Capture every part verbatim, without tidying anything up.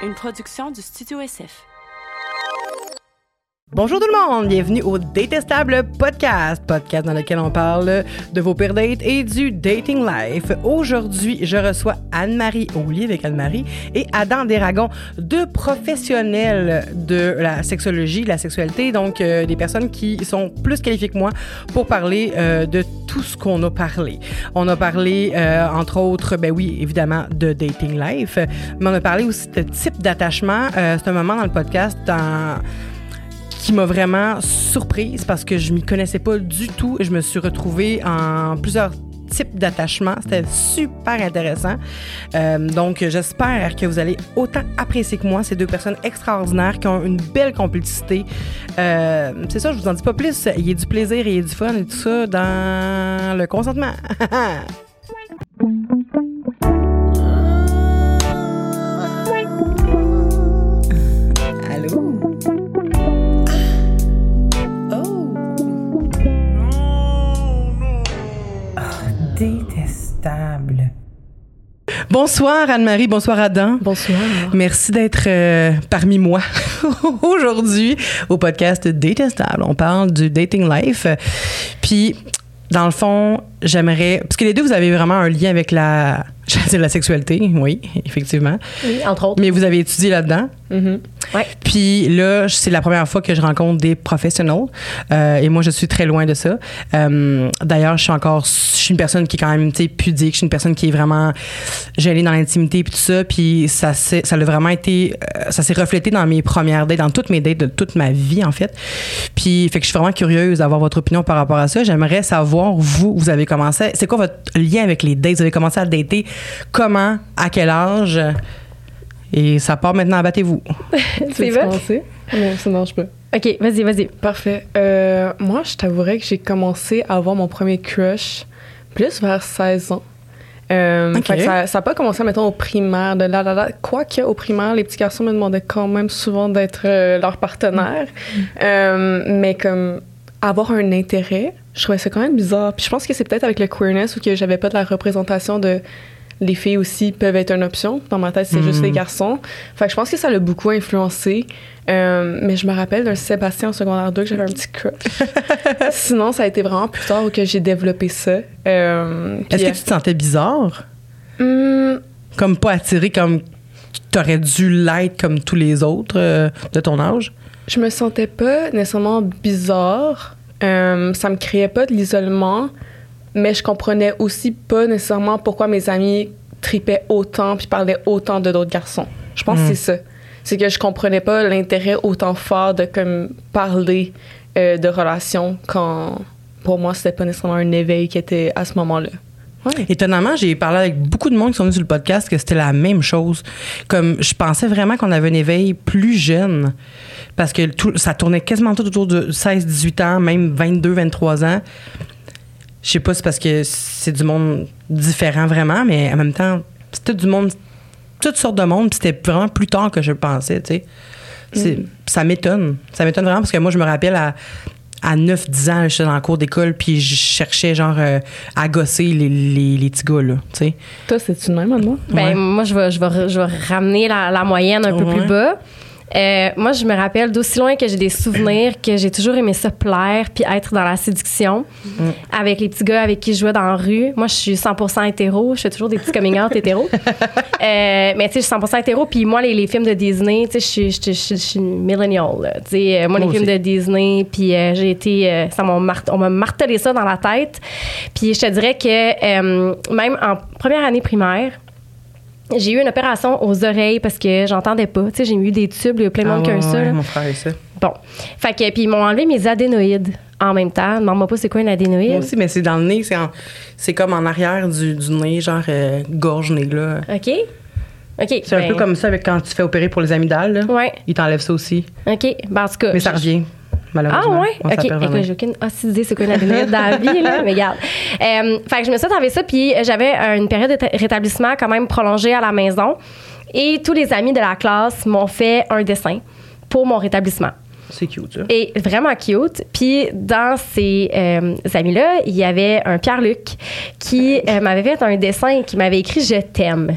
une production du Studio S F. Bonjour tout le monde, bienvenue au Détestable Podcast, podcast dans lequel on parle de vos pires dates et du dating life. Aujourd'hui, je reçois Anne-Marie Aulier avec Anne-Marie et Adam Desragons, deux professionnels de la sexologie, de la sexualité, donc euh, des personnes qui sont plus qualifiées que moi pour parler euh, de tout ce qu'on a parlé. On a parlé, euh, entre autres, ben oui, évidemment, de dating life, mais on a parlé aussi de type d'attachement. Euh, c'est un moment dans le podcast dans... qui m'a vraiment surprise parce que je m'y connaissais pas du tout. Je me suis retrouvée en plusieurs types d'attachements. C'était super intéressant. Euh, donc, j'espère que vous allez autant apprécier que moi ces deux personnes extraordinaires qui ont une belle complicité. Euh, c'est ça, je vous en dis pas plus. Il y a du plaisir et il y a du fun et tout ça dans le consentement. Allô? Détestable. Bonsoir Anne-Marie, bonsoir Adam. Bonsoir. Merci d'être euh, parmi moi aujourd'hui au podcast Détestable. On parle du dating life. Puis, dans le fond, j'aimerais... Parce que les deux, vous avez vraiment un lien avec la... J'allais dire la sexualité, oui, effectivement. Oui, entre autres. Mais vous avez étudié là-dedans. Mm-hmm. Ouais. Puis là, c'est la première fois que je rencontre des professionnels. Euh, et moi, je suis très loin de ça. Euh, d'ailleurs, je suis encore... Je suis une personne qui est quand même, tu sais, pudique. Je suis une personne qui est vraiment gênée dans l'intimité puis tout ça. Puis ça, ça a vraiment été... Euh, ça s'est reflété dans mes premières dates, dans toutes mes dates de toute ma vie, en fait. Puis, fait que je suis vraiment curieuse d'avoir votre opinion par rapport à ça. J'aimerais savoir, vous, vous avez commencé... C'est quoi votre lien avec les dates? Vous avez commencé à dater comment? À quel âge? Et ça part maintenant, battez-vous. C'est vrai? Non, ça marche pas. OK, vas-y, vas-y. Parfait. Euh, moi, je t'avouerais que j'ai commencé à avoir mon premier crush plus vers seize ans. Euh, okay. Fait que ça n'a pas commencé, mettons, au primaire, de là, là, là. Quoique, au primaire, les petits garçons me demandaient quand même souvent d'être euh, leur partenaire. Mm. Euh, mais comme avoir un intérêt, je trouvais ça quand même bizarre. Puis je pense que c'est peut-être avec le queerness ou que j'avais pas de la représentation de... Les filles aussi peuvent être une option. Dans ma tête, c'est mmh. juste les garçons. Fait que je pense que ça l'a beaucoup influencé. Euh, mais je me rappelle d'un Sébastien en secondaire deux que j'avais un petit crush. Sinon, ça a été vraiment plus tard que j'ai développé ça. Euh, Est-ce que tu te sentais bizarre? Hum, comme pas attirée comme t'aurais dû l'être comme tous les autres euh, de ton âge? Je me sentais pas nécessairement bizarre. Euh, ça me créait pas de l'isolement. Mais je comprenais aussi pas nécessairement pourquoi mes amis tripaient autant puis parlaient autant de d'autres garçons. Je pense mmh. que c'est ça. C'est que je comprenais pas l'intérêt autant fort de comme parler euh, de relations quand, pour moi, c'était pas nécessairement un éveil qui était à ce moment-là. Ouais. Étonnamment, j'ai parlé avec beaucoup de monde qui sont venus sur le podcast que c'était la même chose. Comme je pensais vraiment qu'on avait un éveil plus jeune parce que tout, ça tournait quasiment tout autour de seize dix-huit ans, même vingt-deux vingt-trois ans. Je sais pas si c'est parce que c'est du monde différent vraiment, mais en même temps, c'était du monde, toutes sortes de monde, puis c'était vraiment plus tard que je pensais, tu sais. Mm. Ça m'étonne. Ça m'étonne vraiment parce que moi, je me rappelle à, à neuf dix ans, j'étais dans le cours d'école, puis je cherchais genre euh, à gosser les, les, les petits gars, là, tu sais. Toi, c'est-tu le même, moi? Ben, ouais. moi, je vais, je vais, je vais ramener la, la moyenne un peu ouais. plus bas. Euh, moi, je me rappelle d'aussi loin que j'ai des souvenirs que j'ai toujours aimé ça plaire puis être dans la séduction mm. avec les petits gars avec qui je jouais dans la rue. Moi, je suis cent pour cent hétéro. Je fais toujours des petits coming out hétéro. Euh, mais tu sais, je suis cent pour cent hétéro. Puis moi, les, les films de Disney, tu sais, je, je, je, je, je suis millennial. Tu sais, moi, les moi films aussi. de Disney, puis euh, j'ai été... Euh, ça m'a mart- on m'a martelé ça dans la tête. Puis je te dirais que euh, même en première année primaire, j'ai eu une opération aux oreilles parce que j'entendais pas. Tu sais, j'ai eu des tubes, il y a plein de monde ah, qui a eu ouais, ça. Ouais, là. mon frère a eu ça. Bon. Fait que, puis ils m'ont enlevé mes adénoïdes en même temps. Demande-moi pas c'est quoi une adénoïde. Moi aussi, mais c'est dans le nez. C'est, en, c'est comme en arrière du, du nez, genre euh, gorge-nez, là. OK. OK. C'est ben, un peu comme ça avec quand tu fais opérer pour les amygdales, là. Ouais. Ils t'enlèvent ça aussi. OK. Ben, en tout cas. Mais ça revient. Malheureusement. Ah, ouais? On OK. Écoute, j'ai aucune aussi idée c'est quoi une adénoïde dans la vie, là. Mais regarde. Euh, fait que je me suis enlevé ça, puis j'avais une période de rétablissement quand même prolongée à la maison. Et tous les amis de la classe m'ont fait un dessin pour mon rétablissement. C'est cute, ça. Et vraiment cute. Puis dans ces euh, amis-là, il y avait un Pierre-Luc qui euh, m'avait fait un dessin et qui m'avait écrit « Je t'aime ».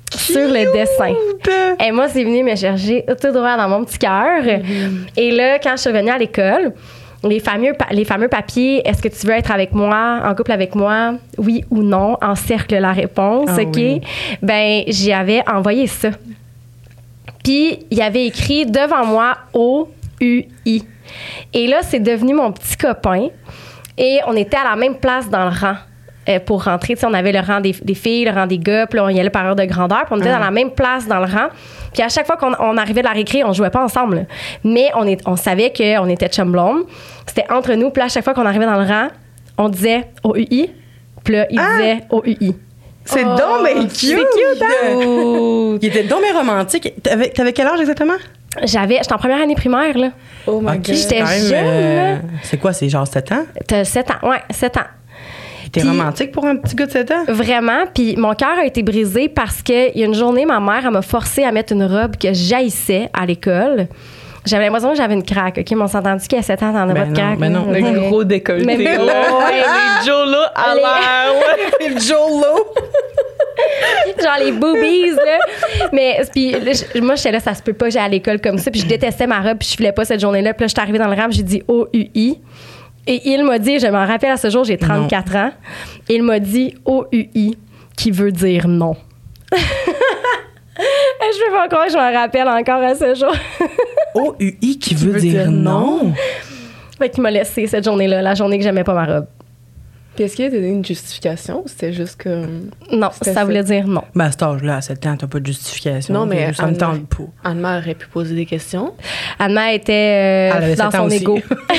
sur le dessin. Et moi, c'est venu me chercher tout droit dans mon petit cœur. Mm-hmm. Et là, quand je suis revenue à l'école, les fameux, les fameux papiers, est-ce que tu veux être avec moi, en couple avec moi, oui ou non, encercle la réponse, ah, OK? Oui. Ben, j'y avais envoyé ça. Puis, il y avait écrit devant moi O U I. Et là, c'est devenu mon petit copain. Et on était à la même place dans le rang. Pour rentrer, tu sais, on avait le rang des, des filles, le rang des gars, puis là, on y allait par heure de grandeur, puis on était ah. dans la même place dans le rang. Puis à chaque fois qu'on on arrivait de la récré, on jouait pas ensemble. Là. Mais on, est, on savait qu'on était chum blonde. C'était entre nous, puis là, à chaque fois qu'on arrivait dans le rang, on disait O U I, puis là, il ah. disait O U I. C'est oh, donc bien cute! C'est cute, hein? Il était donc bien romantique. T'avais, t'avais quel âge exactement? J'avais, j'étais en première année primaire, là. Oh my okay. God. J'étais même, jeune, euh, là. C'est quoi, c'est genre sept ans? T'as sept ans, ouais, sept ans. T'es romantique pour un petit gars de sept ans? Vraiment. Puis mon cœur a été brisé parce qu'il y a une journée, ma mère, elle m'a forcé à mettre une robe que j'haïssais à l'école. J'avais l'impression que j'avais une craque, OK? Mais on s'est entendu qu'à sept ans, t'en as ben pas de craque. Ben non, le mais... gros décolleté. Mais là. Ouais, les Jolo à Les... l'air. Ouais. Le Jolo! Genre les boobies, là. Mais puis là, je, moi, j'étais là, ça se peut pas que j'aille à l'école comme ça. Puis je détestais ma robe, puis je filais pas cette journée-là. Puis là, j'étais arrivée dans le rang, j'ai dit O U I. Et il m'a dit, je m'en rappelle à ce jour, j'ai trente-quatre non. ans, et il m'a dit O U I, qui veut dire non. Je peux pas croire que je m'en rappelle encore à ce jour. O U I, qui veut, veut dire, dire non? non. Fait qu'il m'a laissé cette journée-là, la journée que j'aimais pas ma robe. Puis est-ce qu'il y a une justification ou c'était juste comme... Non, ça, ça voulait dire non. Ben à cet âge-là, à sept ans, t'as pas de justification. Non, mais ça me tente pas. Anne-Mère aurait pu poser des questions. Anne-Mère était euh, dans son égo.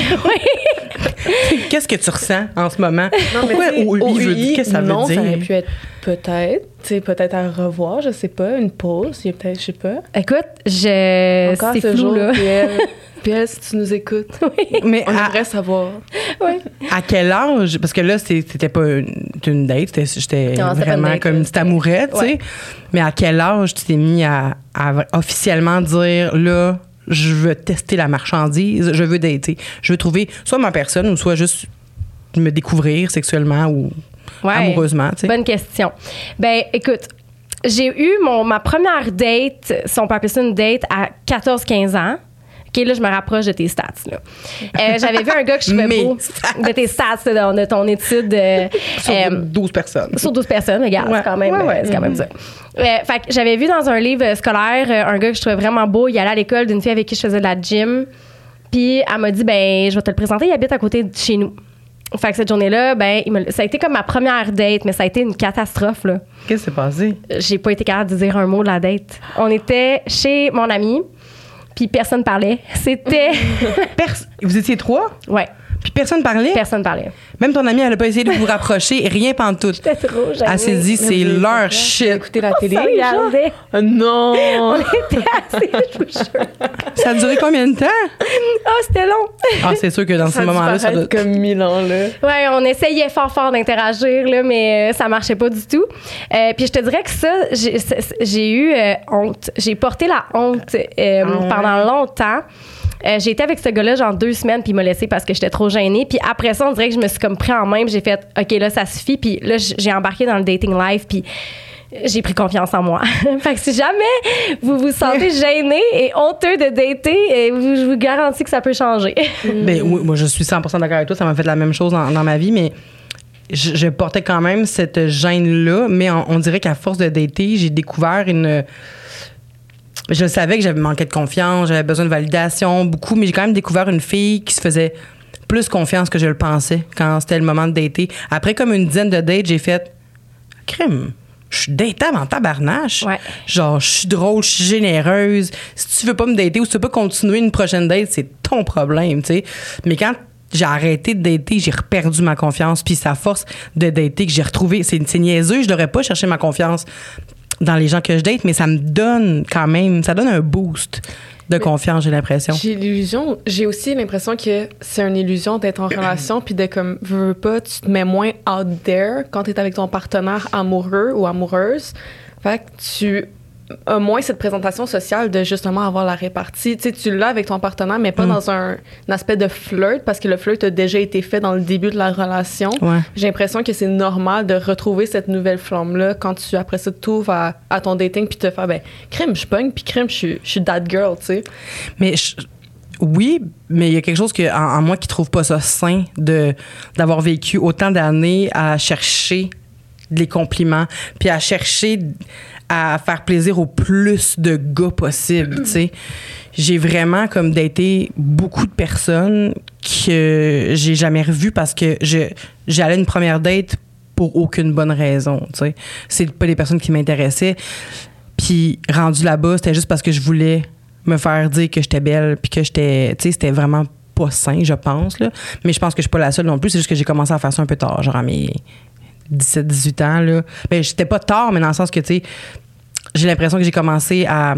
Oui. Qu'est-ce que tu ressens en ce moment? Non, mais pourquoi O U I veut dire? Qu'est-ce que ça non, veut dire? Ça aurait pu être peut-être, tu sais, peut-être à revoir, je sais pas, une pause, il y a peut-être, je sais pas. Écoute, je... Encore c'est ce flou, jour, là. Puis elle, puis elle, si tu nous écoutes, oui. mais on à, aimerait savoir. Oui. À quel âge? Parce que là, c'était pas une, une date, c'était, j'étais non, vraiment date, comme une petite amourette, tu sais. Ouais. Mais à quel âge tu t'es mis à, à officiellement dire, là, je veux tester la marchandise, je veux dater. Je veux trouver soit ma personne ou soit juste me découvrir sexuellement ou ouais, amoureusement, tu sais. Bonne question. Ben, écoute, j'ai eu mon, ma première date, si on peut appeler ça une date, à quatorze quinze ans. OK, là, je me rapproche de tes stats, là. Euh, j'avais vu un gars que je trouvais beau. Stats. De tes stats, là, de ton étude. Euh, sur euh, douze personnes. Sur douze personnes, regarde, ouais, c'est quand même, ouais, ouais. Euh, c'est quand même ça. Euh, fait que j'avais vu dans un livre scolaire euh, un gars que je trouvais vraiment beau. Il allait à l'école d'une fille avec qui je faisais de la gym. Puis elle m'a dit, ben, je vais te le présenter, il habite à côté de chez nous. Fait que cette journée-là, ben, il me, ça a été comme ma première date, mais ça a été une catastrophe, là. Qu'est-ce qui s'est passé? J'ai pas été capable de dire un mot de la date. On était chez mon ami, puis personne parlait. C'était... Pers- vous étiez trois? Ouais. Puis personne parlait? Personne parlait. Même ton amie, elle a pas essayé de vous rapprocher, rien pantoute. J'étais trop gênée. Elle s'est dit, c'est leur shit. Écouter la télé, on regardait. Oh, non! On était assis, je vous jure. Ça a duré combien de temps? Ah, oh, c'était long. Ah, c'est sûr que dans ça ce moment-là, ça doit... comme mille ans, là. Ouais, on essayait fort, fort d'interagir, là, mais euh, ça marchait pas du tout. Euh, puis je te dirais que ça, j'ai, j'ai eu euh, honte. J'ai porté la honte euh, ah ouais. pendant longtemps. Euh, j'ai été avec ce gars-là genre deux semaines, puis il m'a laissé parce que j'étais trop gênée. Puis après ça, on dirait que je me suis comme pris en main, puis j'ai fait OK, là, ça suffit. Puis là, j'ai embarqué dans le dating life, puis j'ai pris confiance en moi. Fait que si jamais vous vous sentez gêné et honteux de dater, je vous garantis que ça peut changer. Ben oui, moi, je suis cent pour cent d'accord avec toi. Ça m'a fait la même chose dans, dans ma vie, mais je, je portais quand même cette gêne-là. Mais on, on dirait qu'à force de dater, j'ai découvert une... Je savais que j'avais manqué de confiance, j'avais besoin de validation, beaucoup, mais j'ai quand même découvert une fille qui se faisait plus confiance que je le pensais quand c'était le moment de dater. Après comme une dizaine de dates, j'ai fait « Crime, je suis datable en tabarnache. Ouais. Genre, je suis drôle, je suis généreuse. Si tu veux pas me dater ou si tu veux pas continuer une prochaine date, c'est ton problème, tu sais. » Mais quand j'ai arrêté de dater, j'ai reperdu ma confiance, puis c'est à force de dater que j'ai retrouvé... C'est, c'est niaiseux, je n'aurais pas cherché ma confiance dans les gens que je date, mais ça me donne quand même, ça donne un boost de mais confiance, j'ai l'impression. J'ai l'illusion, j'ai aussi l'impression que c'est une illusion d'être en relation puis de comme, veux, veux pas, tu te mets moins out there quand t'es avec ton partenaire amoureux ou amoureuse. Fait que tu a moins cette présentation sociale de justement avoir la répartie. Tu sais, tu l'as avec ton partenaire, mais pas mm. dans un, un aspect de flirt, parce que le flirt a déjà été fait dans le début de la relation. Ouais. J'ai l'impression que c'est normal de retrouver cette nouvelle flamme-là quand tu, après ça, t'ouvres à, à ton dating puis te faire, ben, crime, je pogne, puis crime, je suis, je suis that girl, tu sais. Mais je, oui, mais il y a quelque chose que, en, en moi qui trouve pas ça sain de, d'avoir vécu autant d'années à chercher les compliments, puis à chercher à faire plaisir au plus de gars possible, tu sais. J'ai vraiment comme daté beaucoup de personnes que j'ai jamais revues parce que je j'allais une première date pour aucune bonne raison, tu sais. C'est pas les personnes qui m'intéressaient. Puis rendu là-bas, c'était juste parce que je voulais me faire dire que j'étais belle puis que j'étais, tu sais, c'était vraiment pas sain, je pense, là. Mais je pense que je suis pas la seule non plus, c'est juste que j'ai commencé à faire ça un peu tard, genre à mes dix-sept dix-huit ans, là. Ben, j'étais pas tard, mais dans le sens que, tu sais, j'ai l'impression que j'ai commencé à...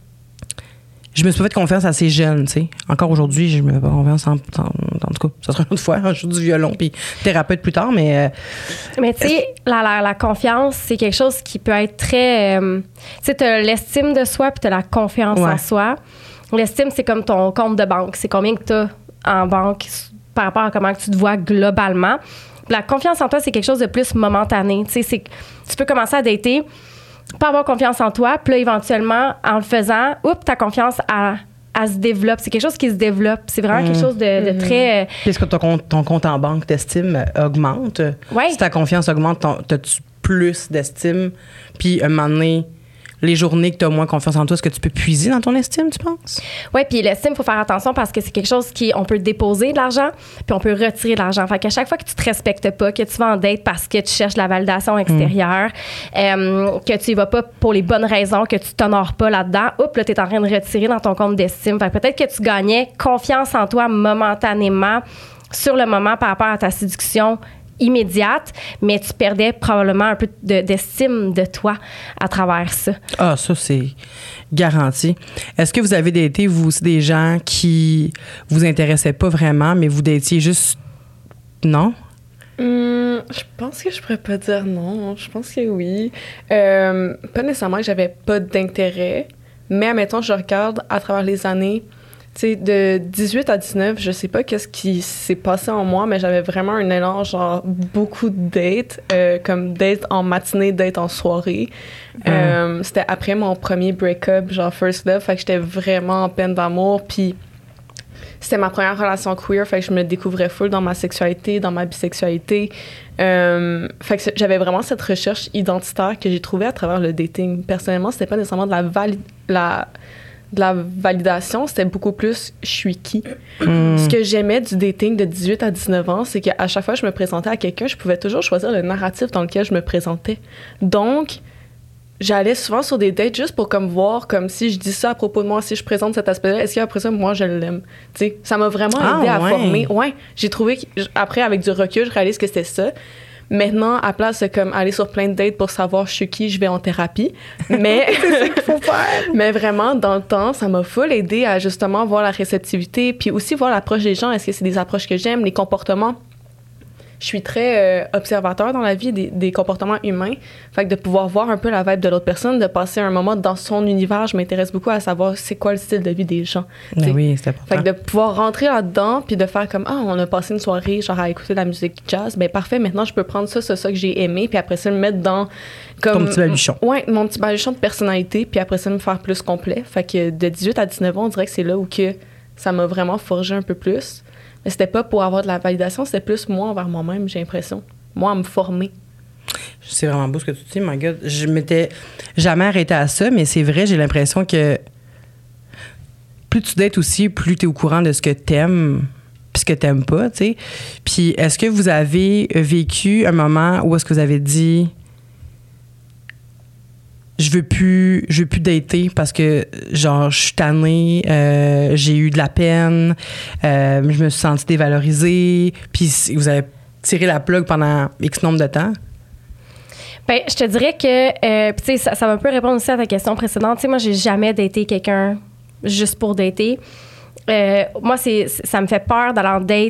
Je me suis pas fait confiance assez jeune, tu sais. Encore aujourd'hui, je me fais pas confiance en, en, en tout cas, ça sera une autre fois. Je joue du violon puis thérapeute plus tard, mais... Euh, mais tu sais, la, la, la confiance, c'est quelque chose qui peut être très... Euh, tu sais, t'as l'estime de soi puis t'as la confiance ouais. en soi. L'estime, c'est comme ton compte de banque. C'est combien que t'as en banque par rapport à comment tu te vois globalement. La confiance en toi, c'est quelque chose de plus momentané. Tu sais, c'est, tu peux commencer à dater, pas avoir confiance en toi, puis là, éventuellement, en le faisant, oups, ta confiance, elle, elle se développe. C'est quelque chose qui se développe. C'est vraiment mmh. quelque chose de, de mmh. très... Puis est-ce que ton compte, ton compte en banque d'estime augmente? Oui. Si ta confiance augmente, ton, t'as-tu plus d'estime? Puis, un moment donné, les journées que tu as moins confiance en toi, est-ce que tu peux puiser dans ton estime, tu penses? Oui, puis l'estime, il faut faire attention parce que c'est quelque chose qui, on peut déposer de l'argent, puis on peut retirer de l'argent. Fait qu'à chaque fois que tu te respectes pas, que tu vas en date parce que tu cherches de la validation extérieure, mmh. euh, que tu y vas pas pour les bonnes raisons, que tu t'honores pas là-dedans, oups, là, tu es en train de retirer dans ton compte d'estime. Fait que peut-être que tu gagnais confiance en toi momentanément, sur le moment, par rapport à ta séduction immédiate, mais tu perdais probablement un peu de, d'estime de toi à travers ça. Ah, ça, c'est garanti. Est-ce que vous avez daté, vous aussi, des gens qui vous intéressaient pas vraiment, mais vous datiez juste... Non? Hum, je pense que je pourrais pas dire non. Je pense que oui. Euh, pas nécessairement que j'avais pas d'intérêt, mais admettons, je regarde à travers les années. Tu sais, de dix-huit à dix-neuf, je sais pas qu'est-ce qui s'est passé en moi, mais j'avais vraiment un élan, genre, beaucoup de dates, euh, comme dates en matinée, dates en soirée. Mm. Euh, c'était après mon premier break-up, genre first love, fait que j'étais vraiment en peine d'amour, puis c'était ma première relation queer, fait que je me découvrais full dans ma sexualité, dans ma bisexualité. Euh, fait que j'avais vraiment cette recherche identitaire que j'ai trouvée à travers le dating. Personnellement, c'était pas nécessairement de la vali- la de la validation, c'était beaucoup plus je suis qui. Mm. Ce que j'aimais du dating de dix-huit à dix-neuf ans, c'est qu'à chaque fois que je me présentais à quelqu'un, je pouvais toujours choisir le narratif dans lequel je me présentais. Donc, j'allais souvent sur des dates juste pour comme voir comme si je dis ça à propos de moi, si je présente cet aspect-là, est-ce qu'après ça, moi, je l'aime? Tu sais, ça m'a vraiment aidé ah, à ouais. former. Ouais, j'ai trouvé qu'après, avec du recul, je réalise que c'était ça. Maintenant, à place de comme aller sur plein de dates pour savoir je suis qui, je vais en thérapie. Mais c'est ça qu'il faut faire. Mais vraiment, dans le temps, ça m'a full aidé à justement voir la réceptivité, puis aussi voir l'approche des gens. Est-ce que c'est des approches que j'aime, les comportements? Je suis très euh, observateur dans la vie des, des comportements humains. Fait que de pouvoir voir un peu la vibe de l'autre personne, de passer un moment dans son univers, je m'intéresse beaucoup à savoir c'est quoi le style de vie des gens. Ben oui, c'est important. Fait que de pouvoir rentrer là-dedans puis de faire comme ah, on a passé une soirée genre à écouter de la musique jazz, ben parfait, maintenant je peux prendre ça, ça, ça que j'ai aimé, puis après ça le mettre dans comme ton petit baluchon. Ouais, mon petit baluchon de personnalité, puis après ça me faire plus complet. Fait que de dix-huit à dix-neuf ans, on dirait que c'est là où que ça m'a vraiment forgé un peu plus. Mais c'était pas pour avoir de la validation, c'était plus moi envers moi-même, j'ai l'impression. Moi, à me former. C'est vraiment beau ce que tu dis, my God. Je m'étais jamais arrêtée à ça, mais c'est vrai, j'ai l'impression que plus tu dates aussi, plus tu es au courant de ce que t'aimes puis ce que t'aimes pas, tu sais. Puis est-ce que vous avez vécu un moment où est-ce que vous avez dit je veux plus je veux plus dater parce que genre je suis tannée, euh, j'ai eu de la peine, euh, je me suis sentie dévalorisée, puis vous avez tiré la plug pendant X nombre de temps? Ben, je te dirais que euh, tu sais ça, ça va un peu répondre aussi à ta question précédente. Tu sais, moi j'ai jamais daté quelqu'un juste pour dater. Euh, moi c'est ça me fait peur d'aller en date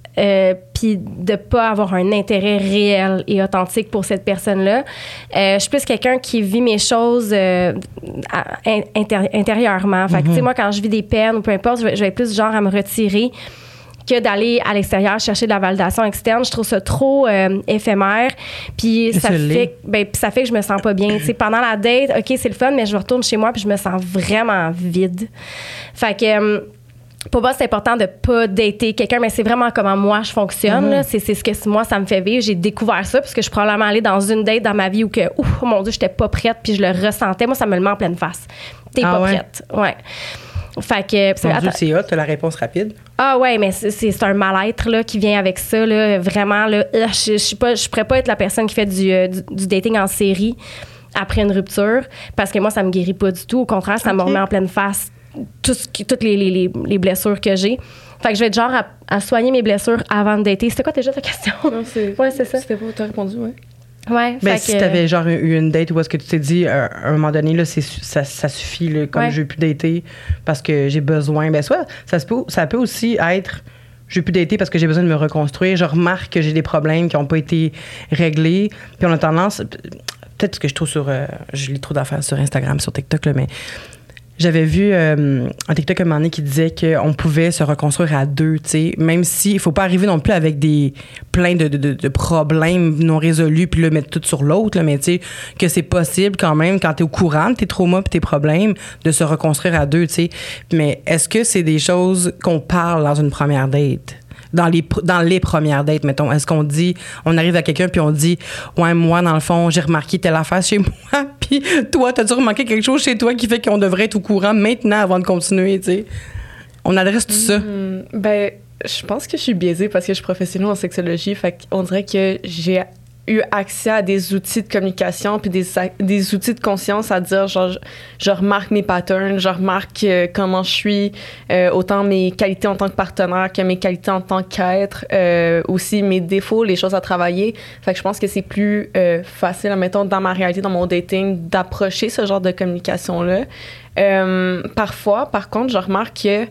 euh, puis de pas avoir un intérêt réel et authentique pour cette personne-là. Euh, je suis plus quelqu'un qui vit mes choses euh, à, inter- intérieurement. Fait que, tu sais, moi, quand je vis des peines ou peu importe, je vais, je vais être plus genre à me retirer que d'aller à l'extérieur chercher de la validation externe. Je trouve ça trop euh, éphémère. Puis ça fait, ben, puis ça fait que je me sens pas bien. Tu sais, pendant la date, OK, c'est le fun, mais je retourne chez moi puis je me sens vraiment vide. Fait que... Euh, pour moi, c'est important de pas dater quelqu'un, mais c'est vraiment comment moi je fonctionne. Mm-hmm. Là. C'est, c'est ce que moi, ça me fait vivre. J'ai découvert ça parce que je suis probablement allée dans une date dans ma vie où que, ouf, oh mon Dieu, j'étais pas prête puis je le ressentais. Moi, ça me le met en pleine face. T'es ah pas ouais? prête. Ouais. Fait que... Mon Dieu, c'est hot, t'as la réponse rapide. Ah ouais, mais c'est, c'est, c'est un mal-être là, qui vient avec ça. Là, vraiment, là, je, je, je, pas, je pourrais pas être la personne qui fait du, euh, du, du dating en série après une rupture parce que moi, ça me guérit pas du tout. Au contraire, ça okay. me remet en pleine face tout ce qui, toutes les, les, les blessures que j'ai. Fait que je vais être genre à, à soigner mes blessures avant de dater. C'était quoi déjà ta question? Non, c'est, ouais, c'est ça. C'était pas, t'as répondu, ouais. Ouais. Ben, si que, t'avais genre eu une date où est-ce que tu t'es dit, à un moment donné, là, c'est, ça, ça suffit, là, comme ouais. je veux plus dater parce que j'ai besoin. Ben, soit, ça, se peut, ça peut aussi être, je veux plus dater parce que j'ai besoin de me reconstruire. Je remarque que j'ai des problèmes qui n'ont pas été réglés. Puis on a tendance, peut-être que je trouve sur, euh, je lis trop d'affaires sur Instagram, sur TikTok, là, mais j'avais vu euh, un TikTok à un moment donné qui disait qu'on pouvait se reconstruire à deux, tu sais, même si il faut pas arriver non plus avec des plein de, de, de problèmes non résolus puis le mettre tout sur l'autre, là, mais tu sais, que c'est possible quand même, quand tu es au courant de tes traumas et tes problèmes, de se reconstruire à deux, tu sais. Mais est-ce que c'est des choses qu'on parle dans une première date? Dans les, dans les premières dates, mettons, est-ce qu'on dit, on arrive à quelqu'un puis on dit, ouais, moi, dans le fond, j'ai remarqué telle affaire chez moi, puis toi, t'as-tu remarqué quelque chose chez toi qui fait qu'on devrait être au courant maintenant avant de continuer, tu sais? On adresse tout ça. Mmh, ben, je pense que je suis biaisée parce que je suis professionnelle en sexologie, fait qu'on dirait que j'ai eu accès à des outils de communication puis des, des outils de conscience à dire genre je, je remarque mes patterns, je remarque euh, comment je suis, euh, autant mes qualités en tant que partenaire que mes qualités en tant qu'être, euh, aussi mes défauts, les choses à travailler. Fait que je pense que c'est plus euh, facile, mettons, dans ma réalité, dans mon dating, d'approcher ce genre de communication-là. Euh, parfois, par contre, je remarque que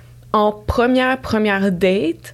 en première, première date,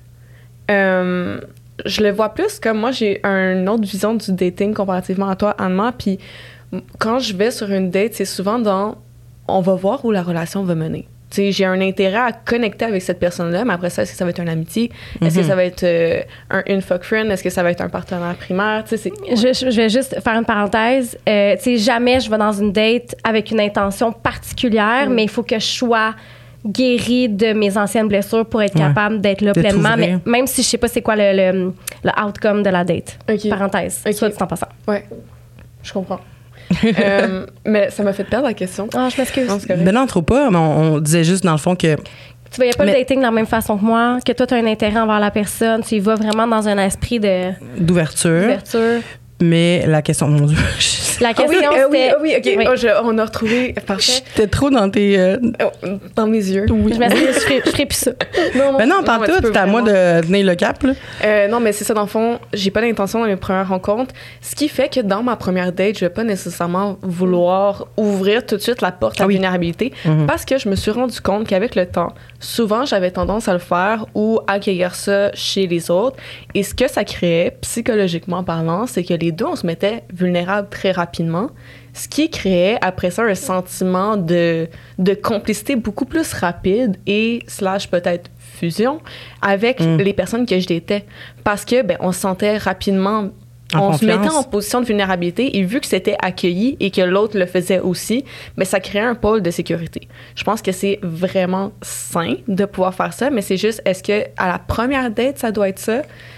euh, je le vois plus comme moi, j'ai une autre vision du dating comparativement à toi, Anne-Mare. Puis quand je vais sur une date, c'est souvent dans on va voir où la relation va mener. Tu sais, j'ai un intérêt à connecter avec cette personne-là, mais après ça, est-ce que ça va être une amitié? Est-ce mm-hmm. que ça va être euh, un, une fuck friend? Est-ce que ça va être un partenaire primaire? Tu sais, c'est... Je, je vais juste faire une parenthèse. Euh, tu sais, jamais je vais dans une date avec une intention particulière, mm. mais il faut que je sois guérie de mes anciennes blessures pour être ouais. capable d'être là de pleinement, mais même si je sais pas c'est quoi le, le, le outcome de la date. Okay. Parenthèse, okay. Soit dit en passant. Ouais, je comprends. euh, mais ça m'a fait perdre la question. Ah, je m'excuse. Non, ben non, trop pas, mais on, on disait juste dans le fond que... Tu voyais pas mais... le dating de la même façon que moi, que toi, tu as un intérêt envers la personne, tu y vas vraiment dans un esprit de... D'ouverture. D'ouverture. Mais la question, mon Dieu. La question, oh oui, c'était... Euh, oui, oui, OK. Oui. Oh, je, on a retrouvé... Parfait. J'étais trop dans tes... Euh... Oh, dans mes yeux. Oui. Je m'excuse, je ferai, je ferai plus ça. Non, non, ben non, parle tout. C'est à moi de tenir le cap, là. Euh, non, mais c'est ça, dans le fond, j'ai pas d'intention dans mes premières rencontres. Ce qui fait que dans ma première date, je vais pas nécessairement vouloir ouvrir tout de suite la porte à la ah oui. vulnérabilité mm-hmm. parce que je me suis rendu compte qu'avec le temps, souvent, j'avais tendance à le faire ou à accueillir ça chez les autres. Et ce que ça créait, psychologiquement parlant, c'est que les deux, on se mettait vulnérables très rapidement, ce qui créait après ça un sentiment de, de complicité beaucoup plus rapide et slash peut-être fusion avec mm. les personnes que je datais. Parce que, ben, on se sentait rapidement... En on confiance. Se mettait en position de vulnérabilité et vu que c'était accueilli et que l'autre le faisait aussi, mais ça créait un pôle de sécurité. Je pense que c'est vraiment sain de pouvoir faire ça, mais c'est juste, est-ce que à la première date, ça doit être ça?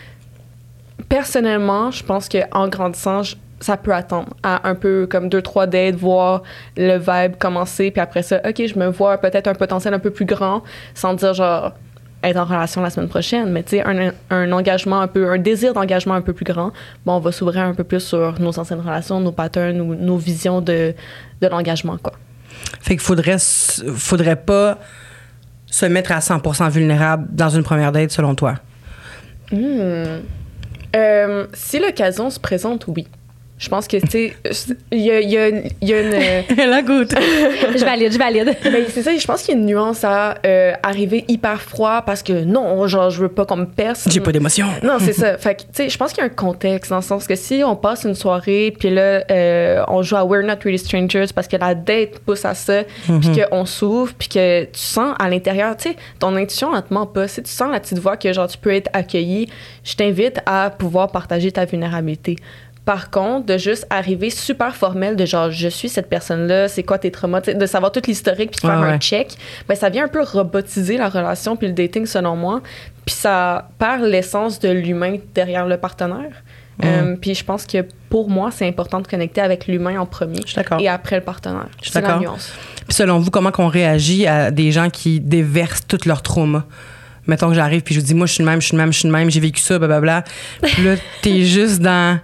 Personnellement, je pense qu'en grandissant, je, ça peut attendre à un peu comme deux, trois dates, voir le vibe commencer, puis après ça, OK, je me vois peut-être un potentiel un peu plus grand, sans dire genre être en relation la semaine prochaine, mais tu sais, un, un engagement un peu, un désir d'engagement un peu plus grand, bon, on va s'ouvrir un peu plus sur nos anciennes relations, nos patterns ou nos visions de, de l'engagement, quoi. Fait qu'il faudrait, faudrait pas se mettre à cent pour cent vulnérable dans une première date, selon toi? Mmh. Euh, si l'occasion se présente, oui. Je pense que, tu sais, il y a, y a, y a une... La goutte. Je valide, je valide. Ben, c'est ça, je pense qu'il y a une nuance à euh, arriver hyper froid parce que non, genre, je veux pas qu'on me perce. J'ai pas d'émotion. Non, c'est ça. Fait que, tu sais, je pense qu'il y a un contexte dans le sens que si on passe une soirée, puis là, euh, on joue à We're Not Really Strangers parce que la date pousse à ça, Mm-hmm. puis qu'on s'ouvre, puis que tu sens à l'intérieur, tu sais, ton intuition, elle te ment pas. Si tu sens la petite voix que, genre, tu peux être accueilli, je t'invite à pouvoir partager ta vulnérabilité. Par contre, de juste arriver super formel, de genre, je suis cette personne-là, c'est quoi tes traumas, de savoir tout l'historique puis de faire ouais, un ouais. check, ben ça vient un peu robotiser la relation puis le dating, selon moi. Puis ça perd l'essence de l'humain derrière le partenaire. Mm. Euh, puis je pense que pour moi, c'est important de connecter avec l'humain en premier. Je suis d'accord. Et après le partenaire. Je suis C'est la d'accord. nuance. Puis selon vous, comment qu'on réagit à des gens qui déversent tout leur trauma? Mettons que j'arrive puis je vous dis, moi, je suis le même, je suis le même, je suis le même, j'ai vécu ça, blablabla. Puis là, t'es juste dans...